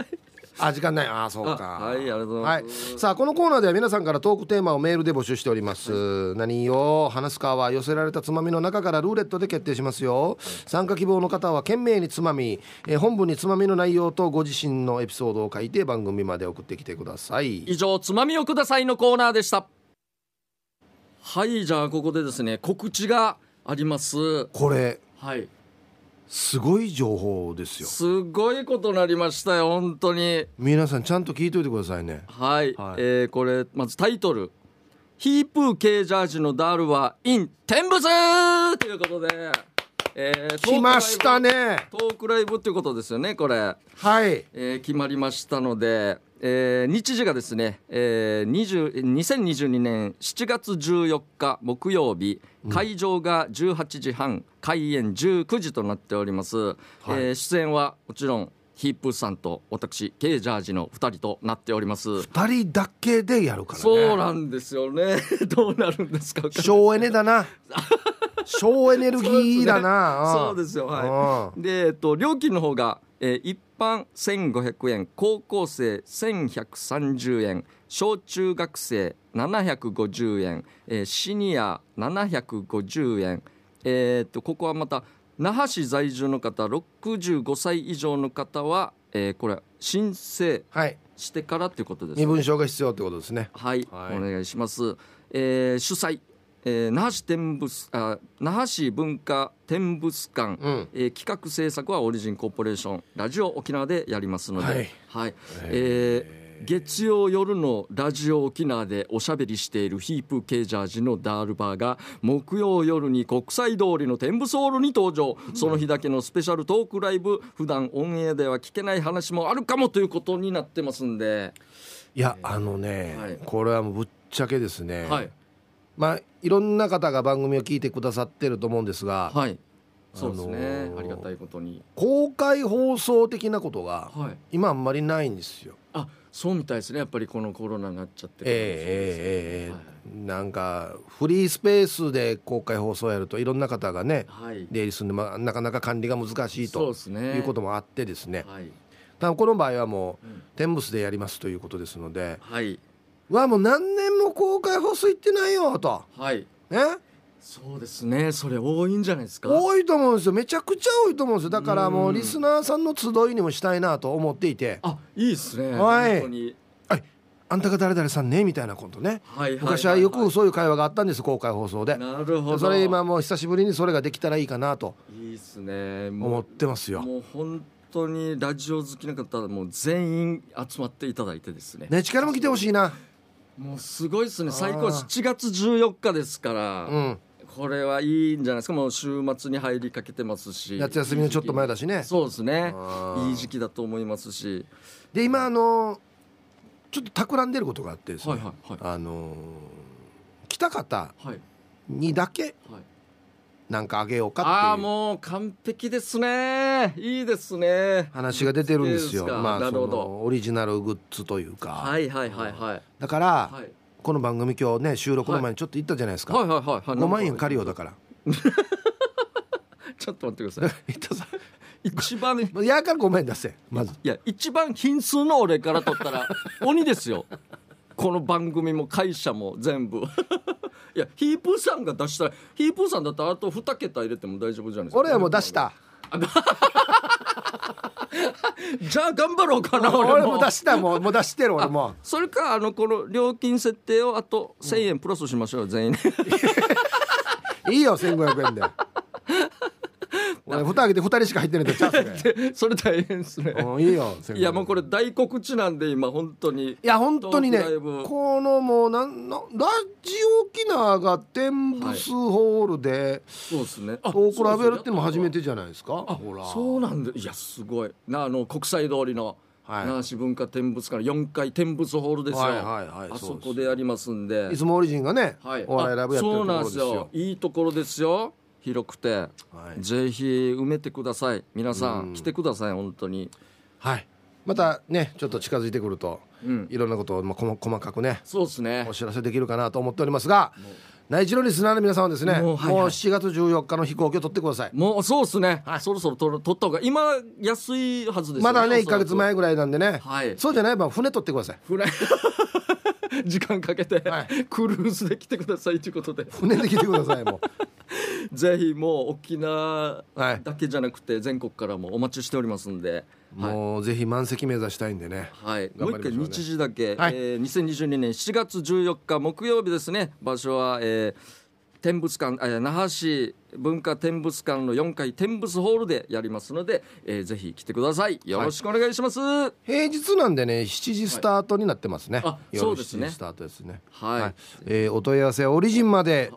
Speaker 2: 時間ない。そうか。
Speaker 1: はい、ありがとうございます。
Speaker 2: はい、さあこのコーナーでは皆さんからトークテーマをメールで募集しております、はい、何を話すかは寄せられたつまみの中からルーレットで決定しますよ、はい、参加希望の方は懸命につまみ、本文につまみの内容とご自身のエピソードを書いて番組まで送ってきてください。
Speaker 1: 以上、つまみをくださいのコーナーでした。はい、じゃあここでですね、告知があります。
Speaker 2: これ、
Speaker 1: はい、
Speaker 2: すごい情報ですよ。
Speaker 1: すごいことになりましたよ、本当に。
Speaker 2: 皆さんちゃんと聞いといてくださいね。
Speaker 1: はい、はい、これまずタイトル、ヒープー系ジャージのダールはイン天仏ということで、
Speaker 2: 来ましたね。
Speaker 1: トークライブということですよね、これ。
Speaker 2: はい、
Speaker 1: 決まりましたので、日時がですね、2022年7月14日木曜日、会場が18時半、開演19時となっております、はい、出演はもちろんヒープさんと私 K ジャージの2人となっております。
Speaker 2: 2人だけでやるからね。
Speaker 1: そうなんですよねどうなるんですか。
Speaker 2: 省エネだな省エネルギーだな。
Speaker 1: そうですよ、はい。で、料金の方が、一般1500円、高校生1130円、小中学生750円、シニア750円、ここはまた那覇市在住の方65歳以上の方は、これ申請してからということです、ね、
Speaker 2: 身分証が必要ということですね。
Speaker 1: はい、はい、お願いします。主催那覇市文化展物館、企画制作はオリジンコーポレーションラジオ沖縄でやりますので、はいはい、月曜夜のラジオ沖縄でおしゃべりしているヒープ系ジャージのダールバーが木曜夜に国際通りの天物ホールに登場。その日だけのスペシャルトークライブ、普段オンエアでは聞けない話もあるかもということになってますんで、
Speaker 2: いやはい、これはもうぶっちゃけですね、はい、いろんな方が番組を聞いてくださってると思うんですが、
Speaker 1: はい、そうですね、ありがたいことに
Speaker 2: 公開放送的なことが今あんまりないんですよ。
Speaker 1: あ、そうみたいですね。やっぱりこのコロナになっちゃって
Speaker 2: なんかフリースペースで公開放送やるといろんな方がね、出入りするんで、なかなか管理が難しいということもあってですね、多分この場合はもう天物でやりますということですので、もう何年も公開放送行ってないよと、ね、
Speaker 1: そうですね。それ多いんじゃないですか。
Speaker 2: 多いと思うんですよ。めちゃくちゃ多いと思うんですよ。だからもうリスナーさんの集いにもしたいなと思っていて、
Speaker 1: いいですね。
Speaker 2: はい、
Speaker 1: 本当に、
Speaker 2: はい、あんたが誰々さんねみたいなことね、昔はよくそういう会話があったんです、公開放送で。
Speaker 1: なるほど。
Speaker 2: それ今もう久しぶりにそれができたらいいかなと
Speaker 1: いいですね、
Speaker 2: 思ってますよ。
Speaker 1: もう本当にラジオ好きな方はもう全員集まっていただいてですね、
Speaker 2: 力も来てほしいな。
Speaker 1: もうすごいですね。最高7月14日ですから、これはいいんじゃないですか。もう週末に入りかけてますし、
Speaker 2: 夏休みのちょっと前だしね。
Speaker 1: そうですね、いい時期だと思いますし、
Speaker 2: で今ちょっと企んでることがあってですね、来た方にだけなんかあげようかっていう、
Speaker 1: もう完璧ですね。いいですね。
Speaker 2: 話が出てるんですよ。なるほど。オリジナルグッズというか、だから、この番組今日ね収録の前にちょっと言ったじゃないですか、5万円借りようだから
Speaker 1: ちょっと待ってください一番
Speaker 2: やから5万円出せ。まず
Speaker 1: いや、一番品数の俺から取ったら鬼ですよこの番組も会社も全部いや、ヒープーさんが出したら、ヒープーさんだったらあと2桁入れても大丈夫じゃないですか。
Speaker 2: 俺はもう出した
Speaker 1: じゃあ頑張ろうかな。
Speaker 2: 俺も出した。もう出してる俺も。
Speaker 1: それかこの料金設定をあと1000円プラスしましょう、全員
Speaker 2: いいよ1500円で俺蓋開けて2人しか入ってないんで
Speaker 1: それ大変ですね。
Speaker 2: いいよ。
Speaker 1: いやもうこれ大告知なんで今本当に、
Speaker 2: いや本当にね、このもうラジオ沖縄が天物ホールでトークライブやるってのも初めてじゃないですか。ほら、
Speaker 1: そうなんで、いやすごいな。国際通りの那覇市文化展物館4階天物ホールですよ。あそこでやりますんで、
Speaker 2: いつもオリジンがね、お笑いライブやってるところですよ。
Speaker 1: そうなんですよ。いいところですよ。広くて、ぜひ埋めてください。皆さん来てください本当に。
Speaker 2: またねちょっと近づいてくると、いろんなことを細かくね、
Speaker 1: そうですね、
Speaker 2: お知らせできるかなと思っておりますが、内地のリスナーの皆さんはですね、もう7月14日の飛行機を取ってください。
Speaker 1: もうそうですね、そろそろ取った方が今安いはずですよね。
Speaker 2: まだね1ヶ月前ぐらいなんでね、そうじゃない場合船取ってください。
Speaker 1: 船時間かけて、クルーズで来てくださいということで、
Speaker 2: 船で来てください。もう
Speaker 1: ぜひもう沖縄だけじゃなくて全国からもお待ちしておりますんで、
Speaker 2: もうぜひ満席目指したいんでね、
Speaker 1: もう一回日時だけ、2022年7月14日木曜日ですね。場所は、天物館、那覇市文化展物館の4階天物ホールでやりますので、ぜひ来てください。よろしくお願いします。
Speaker 2: 平日なんでね7時スタートになってますね。
Speaker 1: そうですね、
Speaker 2: 7時スタートですね。お問い合わせはオリジンまで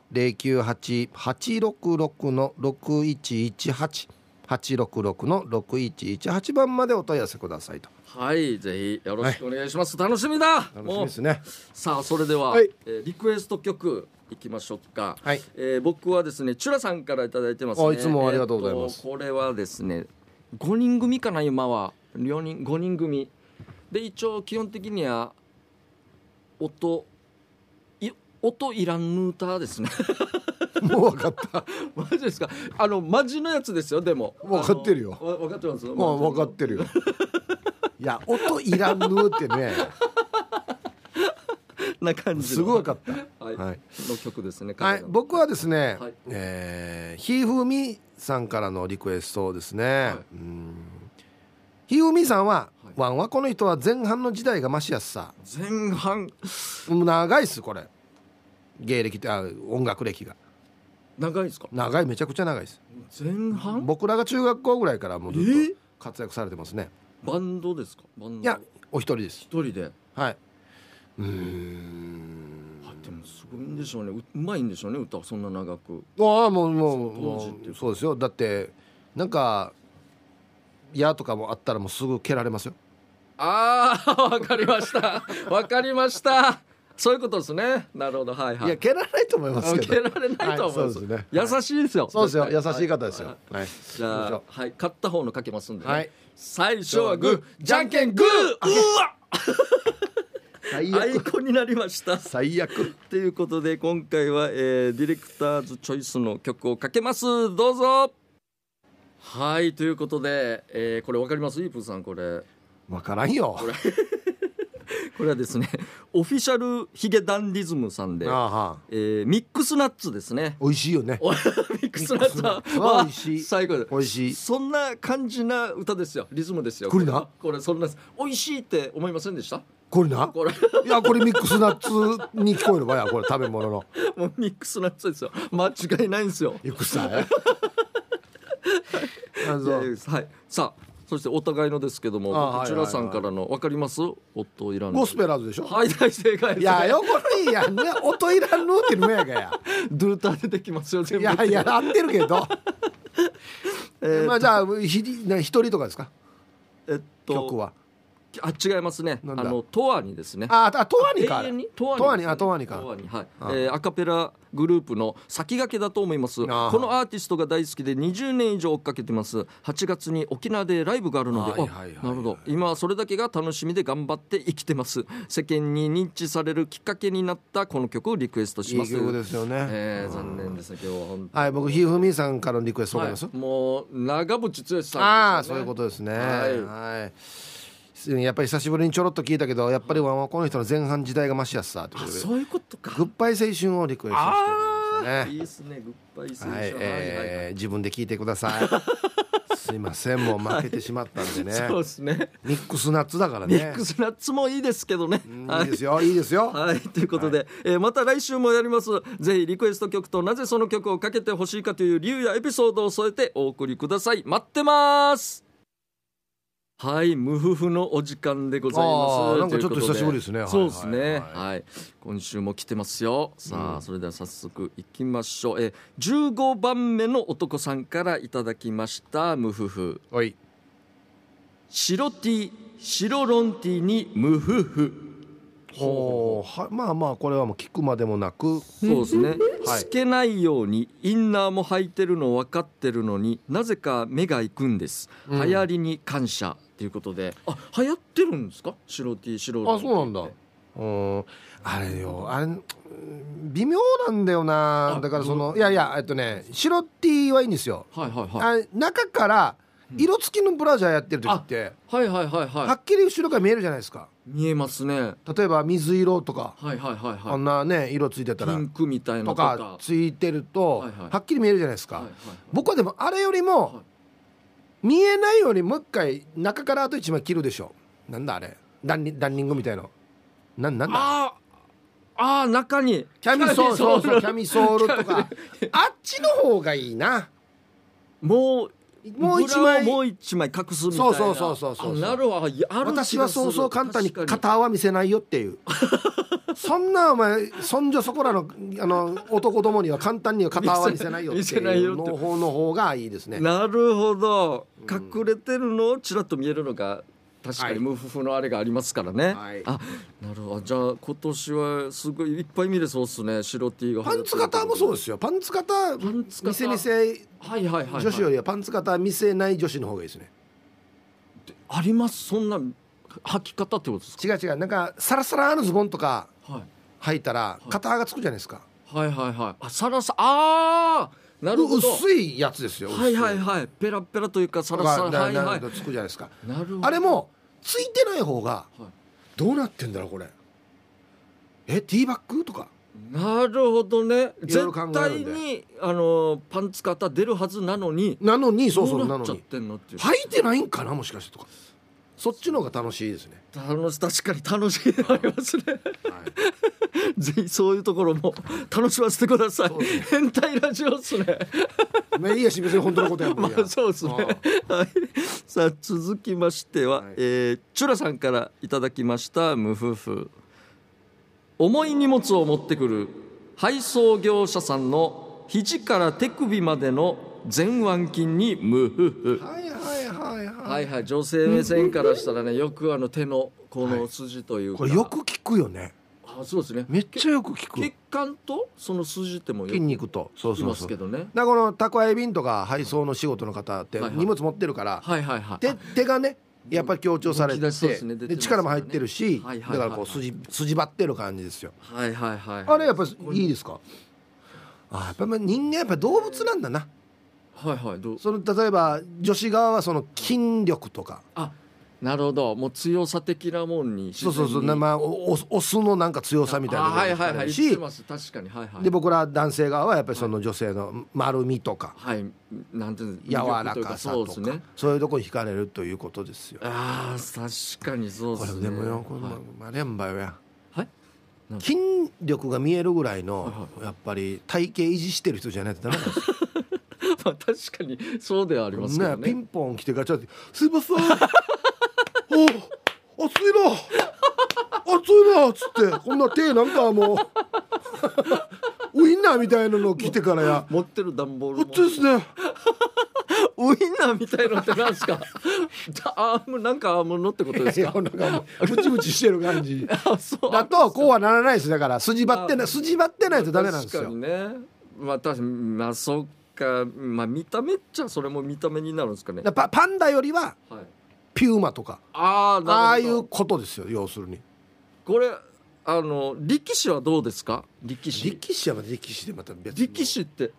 Speaker 2: 098-866-6118 866-6118番までお問い合わせくださいと。
Speaker 1: ぜひよろしくお願いします。楽しみだ。
Speaker 2: 楽しみですね。
Speaker 1: さあそれでは、リクエスト曲いきましょうか。僕はですねチュラさんからいただいてますね。
Speaker 2: いつもありがとうございます。
Speaker 1: これはですね5人組かな今は 4人5人組で、一応基本的には音いらんヌーターですね
Speaker 2: もう分かった
Speaker 1: マジですか。マジのやつですよ。でも
Speaker 2: 分かってるよ。
Speaker 1: 分かってます。
Speaker 2: もう分かってるよいや音いらんぬってね
Speaker 1: な感じ
Speaker 2: すごい分かった、
Speaker 1: はいはい、の曲ですね。
Speaker 2: はい、僕はですね、
Speaker 1: はい、
Speaker 2: ひふみさんからのリクエストですね、はい、ひふみさんは、はい、ワンはこの人は前半の時代がマシやすさ。
Speaker 1: 前半
Speaker 2: 長いっすこれ。芸歴って音楽歴が
Speaker 1: 長いですか。
Speaker 2: 長い、めちゃくちゃ長いです。
Speaker 1: 前半、
Speaker 2: 僕らが中学校ぐらいからもうずっと活躍されてますね。
Speaker 1: バンドですか。バンド、
Speaker 2: いやお一人です。
Speaker 1: 一人で。
Speaker 2: はい。
Speaker 1: でもすごいんでしょうね。うまいんでしょうね、歌そんな長く。
Speaker 2: ああもうそうですよ。だってなんか矢とかもあったらもうすぐ蹴られますよ。
Speaker 1: ああわかりましたわかりました。そういうことですね。なるほど。はいはい。
Speaker 2: いや蹴られないと思いますけど。
Speaker 1: 蹴られないと思います。はい、そうですね。優しいですよ。
Speaker 2: そうですよ。優しい方ですよ。
Speaker 1: はい。じゃあはい勝った方のかけますんで、ね。はい。最初はグー、じゃんけんグー。うわ。アイコンになりました。
Speaker 2: 最悪。
Speaker 1: ということで今回は、ディレクターズチョイスの曲をかけます。どうぞ。はいということで、これわかります？イープーさんこれ。
Speaker 2: わからんよ。
Speaker 1: これはですねオフィシャルヒゲダンディズムさんで、ミックスナッツですね。
Speaker 2: 美味しいよね。
Speaker 1: ミックスナッツは美味しい。最高で
Speaker 2: 美味しい。
Speaker 1: そんな感じな歌ですよ。リズムですよ。
Speaker 2: これな。
Speaker 1: これそんな美味しいって思いませんでした？
Speaker 2: これな。これいやこれミックスナッツに聞こえるわや。これ食べ物の。
Speaker 1: もうミックスナッツですよ。間違いないんですよ。
Speaker 2: いくさい。
Speaker 1: はい。さあ。そしてお互いのですけども、こちらさんからの分かります？音いらんの。
Speaker 2: ゴスペラーズでしょ。
Speaker 1: はい大正解です。
Speaker 2: いやよこれいいやんね。音いらんのってのやがや。
Speaker 1: ドゥーター出てきますよ全部。
Speaker 2: いや合ってるけど。まあじゃあ一人とかですか。曲は。
Speaker 1: 違いますね。トアにですね。
Speaker 2: トアにか。トアにか。
Speaker 1: はい。アカペラグループの先駆けだと思います。このアーティストが大好きで20年以上追っかけてます。8月に沖縄でライブがあるので、なるほど。今はそれだけが楽しみで頑張って生きてます。世間に認知されるきっかけになったこの曲をリクエストします。
Speaker 2: いい曲ですよね。
Speaker 1: 残念ですね今日は本当。
Speaker 2: はい、僕ひふみさんからのリクエストわかります？
Speaker 1: もう長渕剛さん。
Speaker 2: ああそういうことですね。はい。やっぱり久しぶりにちょろっと聞いたけど、やっぱりこの人の前半時代がマシやすさということで、
Speaker 1: そういうことか。
Speaker 2: グッバイ青春をリクエストしてるんですね。
Speaker 1: いいですね。グッバイ青春。
Speaker 2: はい、自分で聞いてください。すいませんもう負けてしまったんでね。
Speaker 1: そうですね。
Speaker 2: ミックスナッツだからね。
Speaker 1: ミックスナッツもいいですけどね。
Speaker 2: いいですよいいですよ。
Speaker 1: はいということで、また来週もやります。ぜひリクエスト曲となぜその曲をかけてほしいかという理由やエピソードを添えてお送りください。待ってます。はい、無夫婦のお時間でございます。
Speaker 2: なんかちょっと久しぶりですね。
Speaker 1: そうですね。はい、今週も来てますよ。さあ、それでは早速いきましょう。15番目の男さんからいただきました。無夫婦。
Speaker 2: はい。
Speaker 1: 白 T 白ロン T に無夫婦。
Speaker 2: まあまあこれはもう聞くまでもなく、
Speaker 1: そうですね。透けないようにインナーも履いてるの分かってるのになぜか目が行くんです。流行りに感謝ということで、流行ってるんですか？白 T 白ロン T。
Speaker 2: そうなんだ。あれよ、あれ微妙なんだよな。だからいや白 T はいいんですよ。中から色付きのブラジャーやってる時って、はっきり後ろから見えるじゃないですか。
Speaker 1: 見えますね。
Speaker 2: 例えば水色とか、あんなね色ついてたら
Speaker 1: ピンクみたいな
Speaker 2: とかついてると、はっきり見えるじゃないですか。僕はでもあれよりも、見えないようにもう一回中からあと一枚切るでしょ。なんだあれ、ランニングみたいな。なんだ。
Speaker 1: 中に
Speaker 2: キャミソールとかあっちの方がいいな。
Speaker 1: もう一枚隠すみたいな。
Speaker 2: そう
Speaker 1: なるわ。
Speaker 2: 私はそう簡単に肩は見せないよっていう。そんなお前そんじょそこらの男どもには簡単には肩は見せないよっていうの方がいいですね。
Speaker 1: なるほど。隠れてるのをちらっと見えるのが確かに無夫婦のあれがありますからね。なるほど。じゃあ今年はすごいいっぱい見れそうですね。白 T が
Speaker 2: パンツ型もそうですよ。パンツ型見せ女子よりはパンツ型見せない女子の方がいいですね。
Speaker 1: あります。そんな履き方ってことですか？
Speaker 2: 違うなんかサラサラのズボンとか
Speaker 1: はい
Speaker 2: 履いたら肩がつくじゃないですか。
Speaker 1: はいはいはい。あ、サラサあーなるほど。
Speaker 2: 薄いやつですよ。
Speaker 1: はいはいはい。ペラペラというかサラサラはいはい
Speaker 2: つくじゃないですか。
Speaker 1: なるほど。
Speaker 2: あれもついてない方がどうなってんだろうこれ。ティーバッグとか。
Speaker 1: なるほどね。
Speaker 2: いろいろ考
Speaker 1: 絶対
Speaker 2: えるんで
Speaker 1: にパンツ型出るはずなのに
Speaker 2: そう
Speaker 1: どう
Speaker 2: なのに
Speaker 1: なっちゃってんのっていう。
Speaker 2: 履いてないんかなもしかしてとか。そっちの方が楽しいですね。
Speaker 1: 確かに楽しいでありますね、
Speaker 2: はい
Speaker 1: ぜひそういうところも楽しませてください。
Speaker 2: そうですね
Speaker 1: 変態ラジオっすね。
Speaker 2: まあいいやし別に本当のことやもんや。
Speaker 1: そうですね。はい。さあ続きましては、
Speaker 2: はい
Speaker 1: チュラさんからいただきました無夫婦。重い荷物を持ってくる配送業者さんの肘から手首までの前腕筋に無夫婦。はいはい。女性目線からしたらね、よく手のこの筋というか、
Speaker 2: これよく聞くよね。
Speaker 1: あ、そうですね。
Speaker 2: めっちゃよく聞く。
Speaker 1: 血管とその筋ってもよく
Speaker 2: 筋肉とそう
Speaker 1: 聞きますけどね。
Speaker 2: だからこの宅配便とか配送の仕事の方って
Speaker 1: はいはい
Speaker 2: 荷物持ってるから、
Speaker 1: はいはいはい。
Speaker 2: 手がねやっぱり強調されて、
Speaker 1: 動き出しそうですね出てますね
Speaker 2: で力も入ってるし、
Speaker 1: はいはいはいはい
Speaker 2: だからこう筋張ってる感じですよ。
Speaker 1: はいはいはい。
Speaker 2: あれやっぱりいいですか？やっぱり人間やっぱり動物なんだな。
Speaker 1: はいはいどう。
Speaker 2: その例えば女子側はその筋力とか、
Speaker 1: あ、なるほど。もう強さ的なもんに自然に。
Speaker 2: そうまあオスのなんか強さみたいなのが
Speaker 1: はいはいはい。言っ
Speaker 2: し、
Speaker 1: てます。確かにはいはい。
Speaker 2: で僕ら男性側はやっぱりその女性の丸みとか、
Speaker 1: はい、なんていうの
Speaker 2: 柔らかさとか
Speaker 1: そうですね。
Speaker 2: そういうところに惹かれるということですよ。
Speaker 1: ああ確かにそう
Speaker 2: これ
Speaker 1: ですね。
Speaker 2: でもよこれ
Speaker 1: はい
Speaker 2: マレンバよや
Speaker 1: はい。
Speaker 2: 筋力が見えるぐらいの
Speaker 1: はいはい
Speaker 2: やっぱり体型維持してる人じゃないとダメなんですよ。
Speaker 1: まあ確かにそうではありますけど
Speaker 2: ね、ピ
Speaker 1: ね。
Speaker 2: ンポン来てガチャって「すいませんお暑いな暑いな」っつってこんな手なんかもうウインナーみたいなの来てからや
Speaker 1: 持ってる段ボールも
Speaker 2: 暑いですね。
Speaker 1: ウインナーみたいのってなんですか？アームなんかアームのってことですか？
Speaker 2: いやなんかもうムチムチしてる感じ
Speaker 1: あ、そう
Speaker 2: だとこうはならないです。だから筋張ってないとダメなんですよ。
Speaker 1: 確かにね。まあ確かにまあそっか。まあ見た目っちゃそれも見た目になるんですかね。
Speaker 2: パンダよりは
Speaker 1: はい。
Speaker 2: ピューマとか
Speaker 1: ああなるほど。
Speaker 2: ああいうことですよ要するに。
Speaker 1: これ力士はどうですか？力士
Speaker 2: はまた力士でまた別に
Speaker 1: 力士って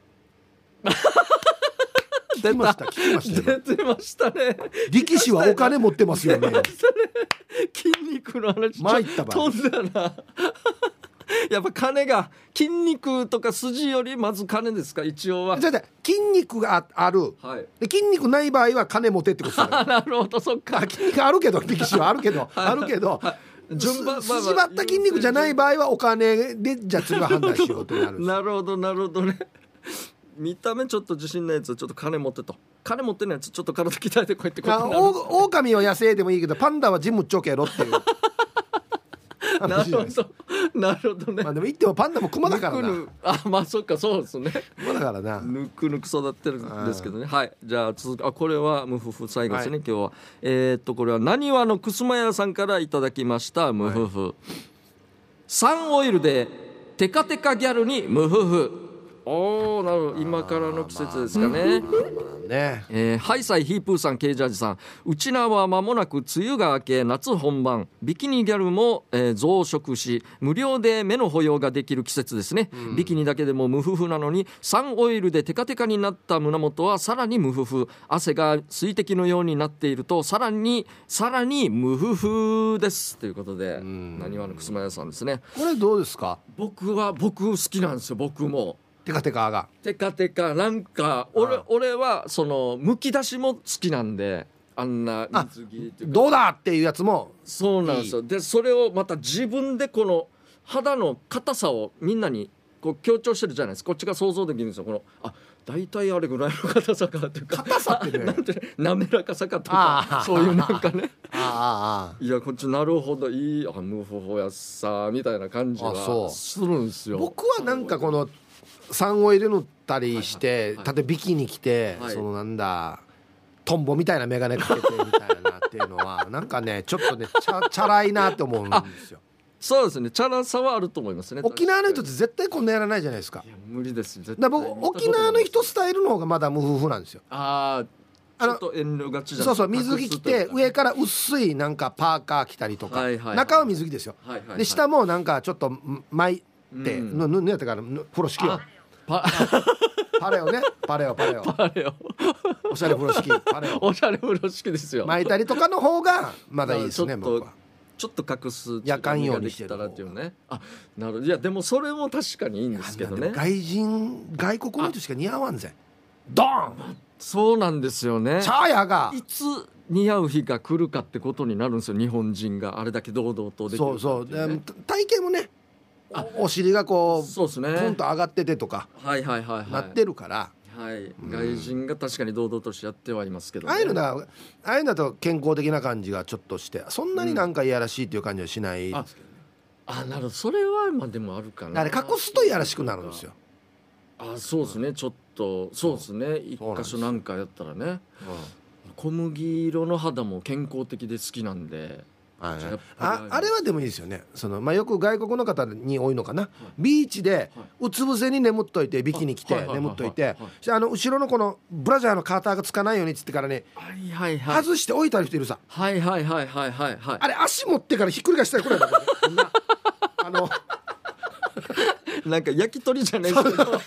Speaker 2: 聞きましたよ
Speaker 1: 出てましたね。
Speaker 2: 力士はお金持ってますよね。
Speaker 1: 筋肉の話
Speaker 2: 参ったば
Speaker 1: 飛んだな。やっぱ金が筋肉とか筋よりまず金ですか一応は。
Speaker 2: じゃあ筋肉がある、
Speaker 1: はい。
Speaker 2: で筋肉ない場合は金持てってことですよ。
Speaker 1: なるほどそっか。
Speaker 2: 筋肉あるけど力士はあるけど
Speaker 1: 順番
Speaker 2: 筋張った筋肉じゃない場合はお金でじゃあ次は判断しようとなるんです。
Speaker 1: なるほどなるほどね。見た目ちょっと自信ないやつはちょっと金持ってと金持ってないやつちょっと体鍛えてこうやってこうやってなるんですよ。
Speaker 2: 狼は野生でもいいけどパンダはジムっちょけろっていう
Speaker 1: なるほどなるほどね。
Speaker 2: まあでも言ってもパンダもクマだからな。
Speaker 1: まあそっかそうですね。
Speaker 2: クマだからな。
Speaker 1: ぬくぬく育ってるんですけどね。はい。じゃあこれは無夫婦最後ですね、
Speaker 2: はい、
Speaker 1: 今日はこれはなにわのくすま屋さんからいただきました無夫婦、サンオイルでテカテカギャルに無夫婦。おーなるほど今からの季節ですかね。ハイサイヒープーさんケイジャージさんうちなは間もなく梅雨が明け夏本番ビキニギャルも、増殖し無料で目の保養ができる季節ですね、ビキニだけでも無夫婦なのにサンオイルでテカテカになった胸元はさらに無夫婦汗が水滴のようになっているとさらに無夫婦ですということでなにわのくすま屋さんですね。
Speaker 2: これどうですか？
Speaker 1: 僕好きなんですよ。僕も
Speaker 2: テカテカが
Speaker 1: テカテカなんか俺はそのむき出しも好きなんであんな水着っていうか
Speaker 2: どうだっていうやつも
Speaker 1: そうなんですよ。でそれをまた自分でこの肌の硬さをみんなにこう強調してるじゃないですか。こっちが想像できるんですよ。この大体あれぐらいの硬さかというか
Speaker 2: 硬さってね
Speaker 1: なんて滑らかさかとかそういうなんかねいやこっちなるほどいい無夫婦やっさみたいな感じはするんですよ。
Speaker 2: 僕はなんかこのサンオイル塗ったりして、例えばビキニ着て、そのなんだトンボみたいな眼鏡かけてみたいなっていうのはなんかねちょっとねチャラいなって思うんですよ。
Speaker 1: そうですねチャラさはあると思いますね。
Speaker 2: 沖縄の人って絶対こんなやらないじゃないですか。
Speaker 1: いや無理です絶対。
Speaker 2: だから僕沖縄の人スタイルの方がまだ無夫婦なんですよ。
Speaker 1: ちょっと遠慮がちじゃん。
Speaker 2: そうそう、水着着て上から薄いなんかパーカー着たりとか、中は水着ですよ、で下もなんかちょっと巻いて、ぬやったから風呂敷をパレオね、パレオおしゃれ風呂敷、パレオ
Speaker 1: おしゃれ風呂敷ですよ。
Speaker 2: 巻いたりとかの方がまだいいですね。僕は
Speaker 1: ちょっと隠す
Speaker 2: 夜間用にしてる
Speaker 1: らっていうね。あ、なるほど。いやでもそれも確かにいいんですけどね。
Speaker 2: 外国の人しか似合わんぜ。ドーン。
Speaker 1: そうなんですよね。
Speaker 2: チャーヤが
Speaker 1: いつ似合う日が来るかってことになるんですよ。日本人があれだけ堂々とできる、ね、
Speaker 2: そう体型もね、お尻がこう
Speaker 1: そうですね、
Speaker 2: ポンと上がっててとかなってるから、
Speaker 1: はい、外人が確かに堂々としてやってはいますけど、ね、
Speaker 2: ああいうのだと健康的な感じがちょっとして、そんなになんかいやらしいっていう感じはしないですけどね。
Speaker 1: なるほど、それはまあでもあるかな。
Speaker 2: あれ隠すといやらしくなるんですよ。
Speaker 1: そうですね、ちょっとそうですね、一箇所なんかやったらね、小麦色の肌も健康的で好きなんで、
Speaker 2: あれはでもいいですよね。よく外国の方に多いのかな、ビーチでうつ伏せに眠っといて、ビキニ着て眠っといて、後ろのこのブラジャーのカーターがつかないようにっつってからね、外して置いてある人いるさ。あれ足持ってからひっくり返したらこれだ
Speaker 1: なんか焼き鳥じゃないですけど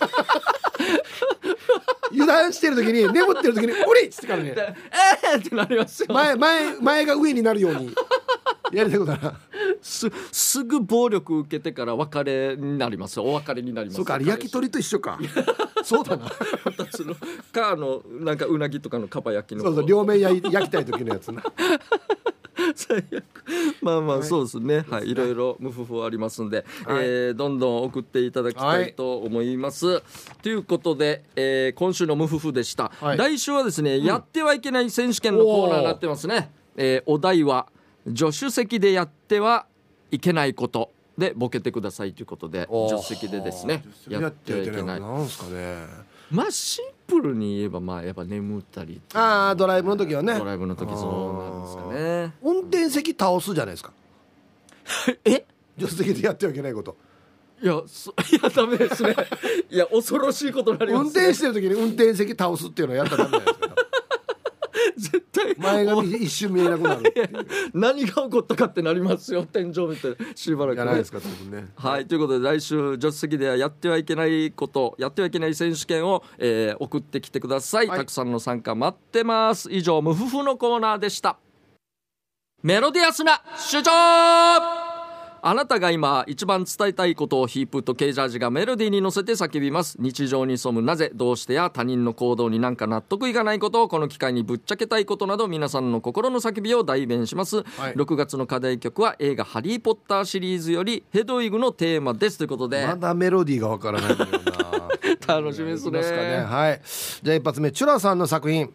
Speaker 2: 油断してる時に、眠ってる時に「おりっ!」つってからね
Speaker 1: ってなりますよ。
Speaker 2: 前が上になるようにやりたいことな
Speaker 1: すぐ暴力受けてから別れになります。お別れになります。
Speaker 2: そうか、あれ焼き鳥と一緒かそうだな
Speaker 1: 2つのかなんかうなぎとかのかば焼きの、
Speaker 2: そう両面焼きたい時のやつな
Speaker 1: 最悪。まあそうですね、はい、いろいろ無夫婦ありますんで、どんどん送っていただきたいと思います、ということで、今週の無夫婦でした、来週はですね、やってはいけない選手権のコーナーになってますね。お題は助手席でやってはいけないことでボケてくださいということで、助手席でですねやってはいけない、
Speaker 2: なんすかね、
Speaker 1: まあシンプルに言えば、まあやっぱ眠ったり、
Speaker 2: ドライブの時はね、
Speaker 1: ドライブの時そうなんですかね。
Speaker 2: 運転席倒すじゃないですか助手席でやってはいけないこと。
Speaker 1: いやダメですねいや恐ろしいことになりますね。
Speaker 2: 運転してる時に運転席倒すっていうのはやったらダメじゃないですか
Speaker 1: 絶対
Speaker 2: 前が一瞬見えなくなるっていう
Speaker 1: 何が起こったかってなりますよ。天井見てしばらく、ね、
Speaker 2: じゃないですか多分ね。
Speaker 1: はい、ということで来週助手席ではやってはいけないこと、やってはいけない選手権を、送ってきてください、たくさんの参加待ってます。以上無夫婦のコーナーでした。メロディアスな主張。あなたが今一番伝えたいことをヒープとケージャージがメロディーに乗せて叫びます。日常に潜むなぜ、どうしてや他人の行動になんか納得いかないことをこの機会にぶっちゃけたいことなど、皆さんの心の叫びを代弁します、6月の課題曲は映画ハリーポッターシリーズよりヘドウィグのテーマですということで、
Speaker 2: まだメロディーがわからないんだよ
Speaker 1: な楽しみですね。
Speaker 2: はい、じゃあ一発目チュラさんの作品、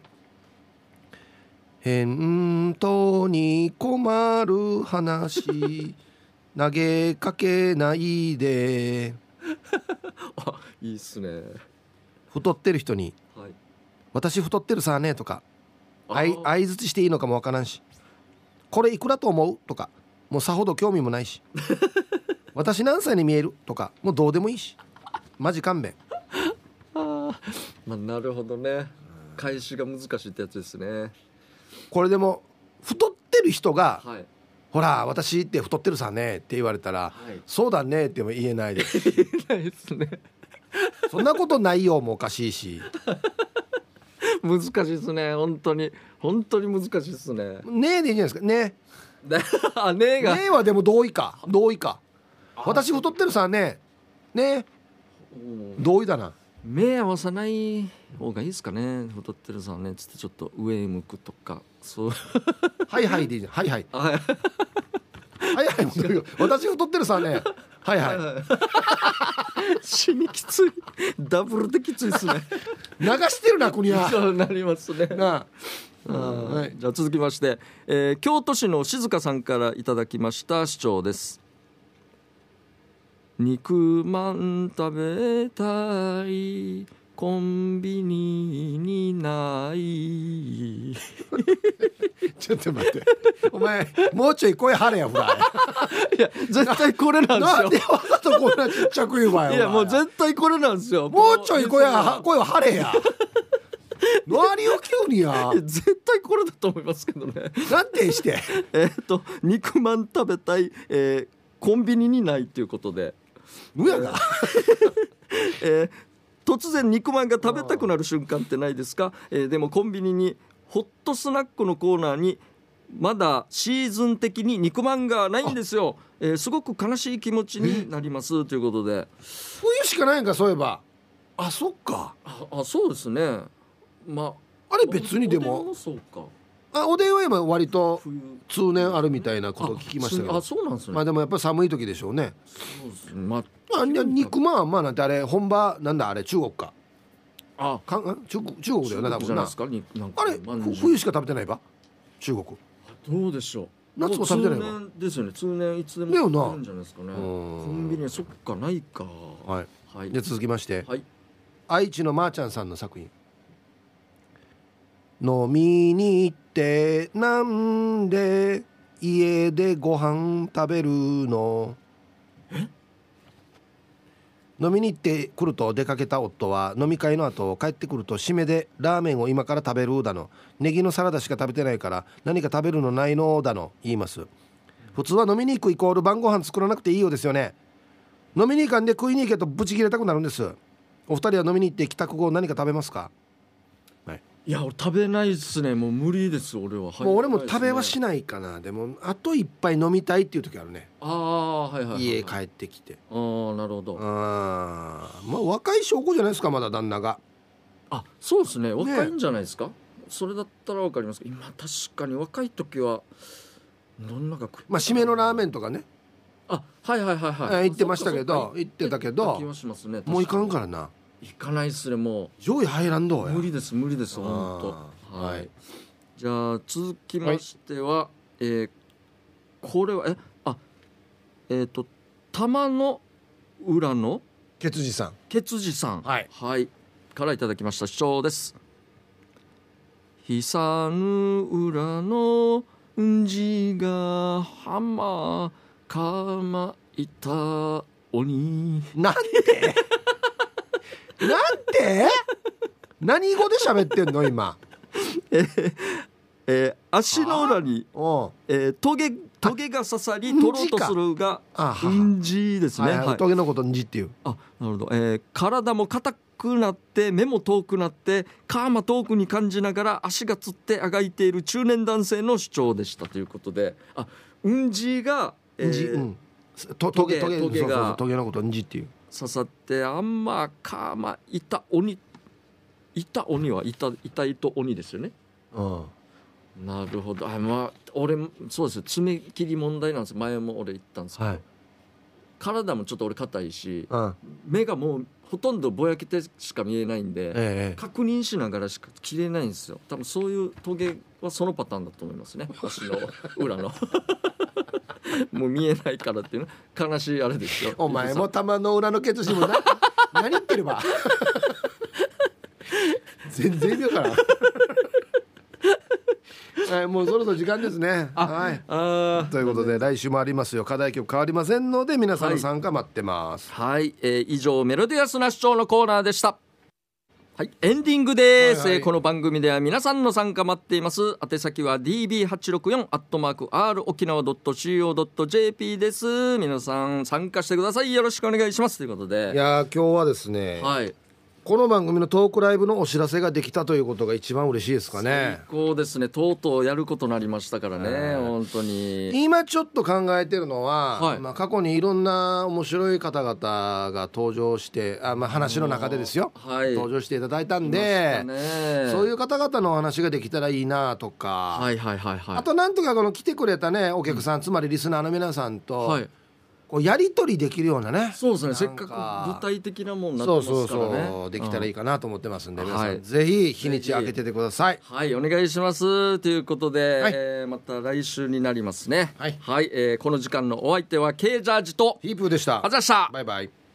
Speaker 2: 返答に困る話投げかけないで
Speaker 1: いいっすね。
Speaker 2: 太ってる人に、私太ってるさねとか相づちしていいのかもわからんし、これいくらと思うとかもうさほど興味もないし私何歳に見えるとかもうどうでもいいし、マジ勘弁
Speaker 1: なるほどね、返しが難しいってやつですね。
Speaker 2: これでも太ってる人が、ほら私って太ってるさねって言われたら、そうだねっても言えないです
Speaker 1: 言えないですね
Speaker 2: そんなことないよもおかしいし
Speaker 1: 難しいですね、本当に難しいですね。
Speaker 2: ねえでいいじゃないですかね
Speaker 1: ね
Speaker 2: えはでも同意か私太ってるさねね同意だな。
Speaker 1: 目合わさない方がいいですかね。太ってるさねつってちょっと上向くとか、そう
Speaker 2: はいはいでいいじゃん、はいはいはいはい私太ってるさねはいはい
Speaker 1: 死にきつい、ダブルできついですね
Speaker 2: 流してるな国は
Speaker 1: そうなりますねなじゃあ続きまして、京都市の静香さんからいただきました主張です。肉まん食べたいコンビニにない
Speaker 2: ちょっと待ってお前もうちょい声張れやフラ
Speaker 1: イいや絶対これなんですよ。
Speaker 2: なんでわざとこんなちっちゃく言うわよ。
Speaker 1: いやもう絶対これなんですよ。
Speaker 2: もうちょい声を張れや何を急にや
Speaker 1: 絶対これだと思いますけどね。
Speaker 2: なんてして
Speaker 1: 肉まん食べたい、コンビニにないということで、
Speaker 2: むやが、
Speaker 1: 突然肉まんが食べたくなる瞬間ってないですか？でもコンビニにホットスナックのコーナーにまだシーズン的に肉まんがないんですよ。すごく悲しい気持ちになりますということで。
Speaker 2: 冬しかないんか、そういえば。あ、そっか。
Speaker 1: そうですね。
Speaker 2: あれ別にでも
Speaker 1: そうか。
Speaker 2: おでんは今割と通年あるみたいなことを聞きましたけど。
Speaker 1: そうなんですね。
Speaker 2: でもやっぱり寒い時でしょうね。
Speaker 1: そうですね。
Speaker 2: 肉まんなんてあれ本場なんだ、あれ中国か。中国だよね多分な。あれ冬しか食べてないば中国。ど
Speaker 1: うでしょう。
Speaker 2: 夏も食べてないば。
Speaker 1: 通年ですよね。通年いつでも食べるんじゃないですかね。コンビニはそっかないか。
Speaker 2: はい。で続きまして、
Speaker 1: はい、
Speaker 2: 愛知のまーちゃんさんの作品。飲みに行ってなんで家でご飯食べるの。飲みに行ってくると出かけた夫は飲み会の後帰ってくると締めでラーメンを今から食べるだの、ネギのサラダしか食べてないから何か食べるのないのだの言います。普通は飲みに行くイコール晩ご飯作らなくていいようですよね。飲みに行かんで食いに行けとブチ切れたくなるんです。お二人は飲みに行って帰宅後何か食べますか？
Speaker 1: いや俺食べないですね。もう無理です。俺は
Speaker 2: もう俺も食べはしないかな。でもあと一杯飲みたいっていう時あるね。家帰ってきて。
Speaker 1: なるほど。
Speaker 2: 若い証拠じゃないですか、まだ旦那が。
Speaker 1: そうですね。若いんじゃないですか、それだったら分かりますけど、今確かに若い時はどんなか
Speaker 2: 締めのラーメンとかね。
Speaker 1: 言
Speaker 2: ってましたけど、言ってたけどもういかんからな。
Speaker 1: 行かないっすね。もう
Speaker 2: 上位入らんどうや。
Speaker 1: 無理です本当。はい。じゃあ続きましては、これは玉の裏の
Speaker 2: ケツジさん
Speaker 1: はいからいただきました。主張です。久ぬ裏のうんじが浜かまいた鬼。
Speaker 2: なんで何語で喋ってんの今。
Speaker 1: 足の裏にトゲが刺さり取ろうとするがうんじですね。
Speaker 2: トゲのことんじっていう。
Speaker 1: なるほど。体も硬くなって目も遠くなってカーマ遠くに感じながら足がつってあがいている中年男性の主張でしたということで、うんじが
Speaker 2: トゲのことんじっていう。
Speaker 1: 刺さってカーマいた鬼は痛いと鬼ですよね。なるほど。俺そうですよ。爪切り問題なんです。前も俺言ったんですけど、体もちょっと俺硬いし、目がもうほとんどぼやけてしか見えないんで、確認しながらしか切れないんですよ。多分そういうトゲはそのパターンだと思いますね。足の裏のもう見えないからっていうの悲しいあれですよ。
Speaker 2: お前も玉の裏のケツシも何言ってれば全然意味わからんもうそろそろ時間ですね。ということで来週もありますよ。課題曲変わりませんので皆さんの参加待ってます。
Speaker 1: 以上メロディアスな主張のコーナーでした。エンディングです、この番組では皆さんの参加待っています。宛先は db864@r 沖縄 .co.jp です。皆さん参加してください。よろしくお願いしますということで、
Speaker 2: いや今日はですね、この番組のトークライブのお知らせができたということが一番嬉しいですかね。
Speaker 1: 最高ですね。とうとうやることになりましたからね、本当に。
Speaker 2: 今ちょっと考えてるのは、過去にいろんな面白い方々が登場して話の中でですよ、登場していただいたんで、そういう方々のお話ができたらいいなとか、あとなんとかこの来てくれたねお客さん、つまりリスナーの皆さんと、こうやり取りできるようなね。
Speaker 1: そうですね。せっかく具体的なものになってますからね。
Speaker 2: できたらいいかなと思ってますんで、皆さんぜひ日にち開けててください。
Speaker 1: お願いしますということで、また来週になりますね。この時間のお相手は K ジャージと
Speaker 2: ヒープーでした。
Speaker 1: あざした。
Speaker 2: バイバイ。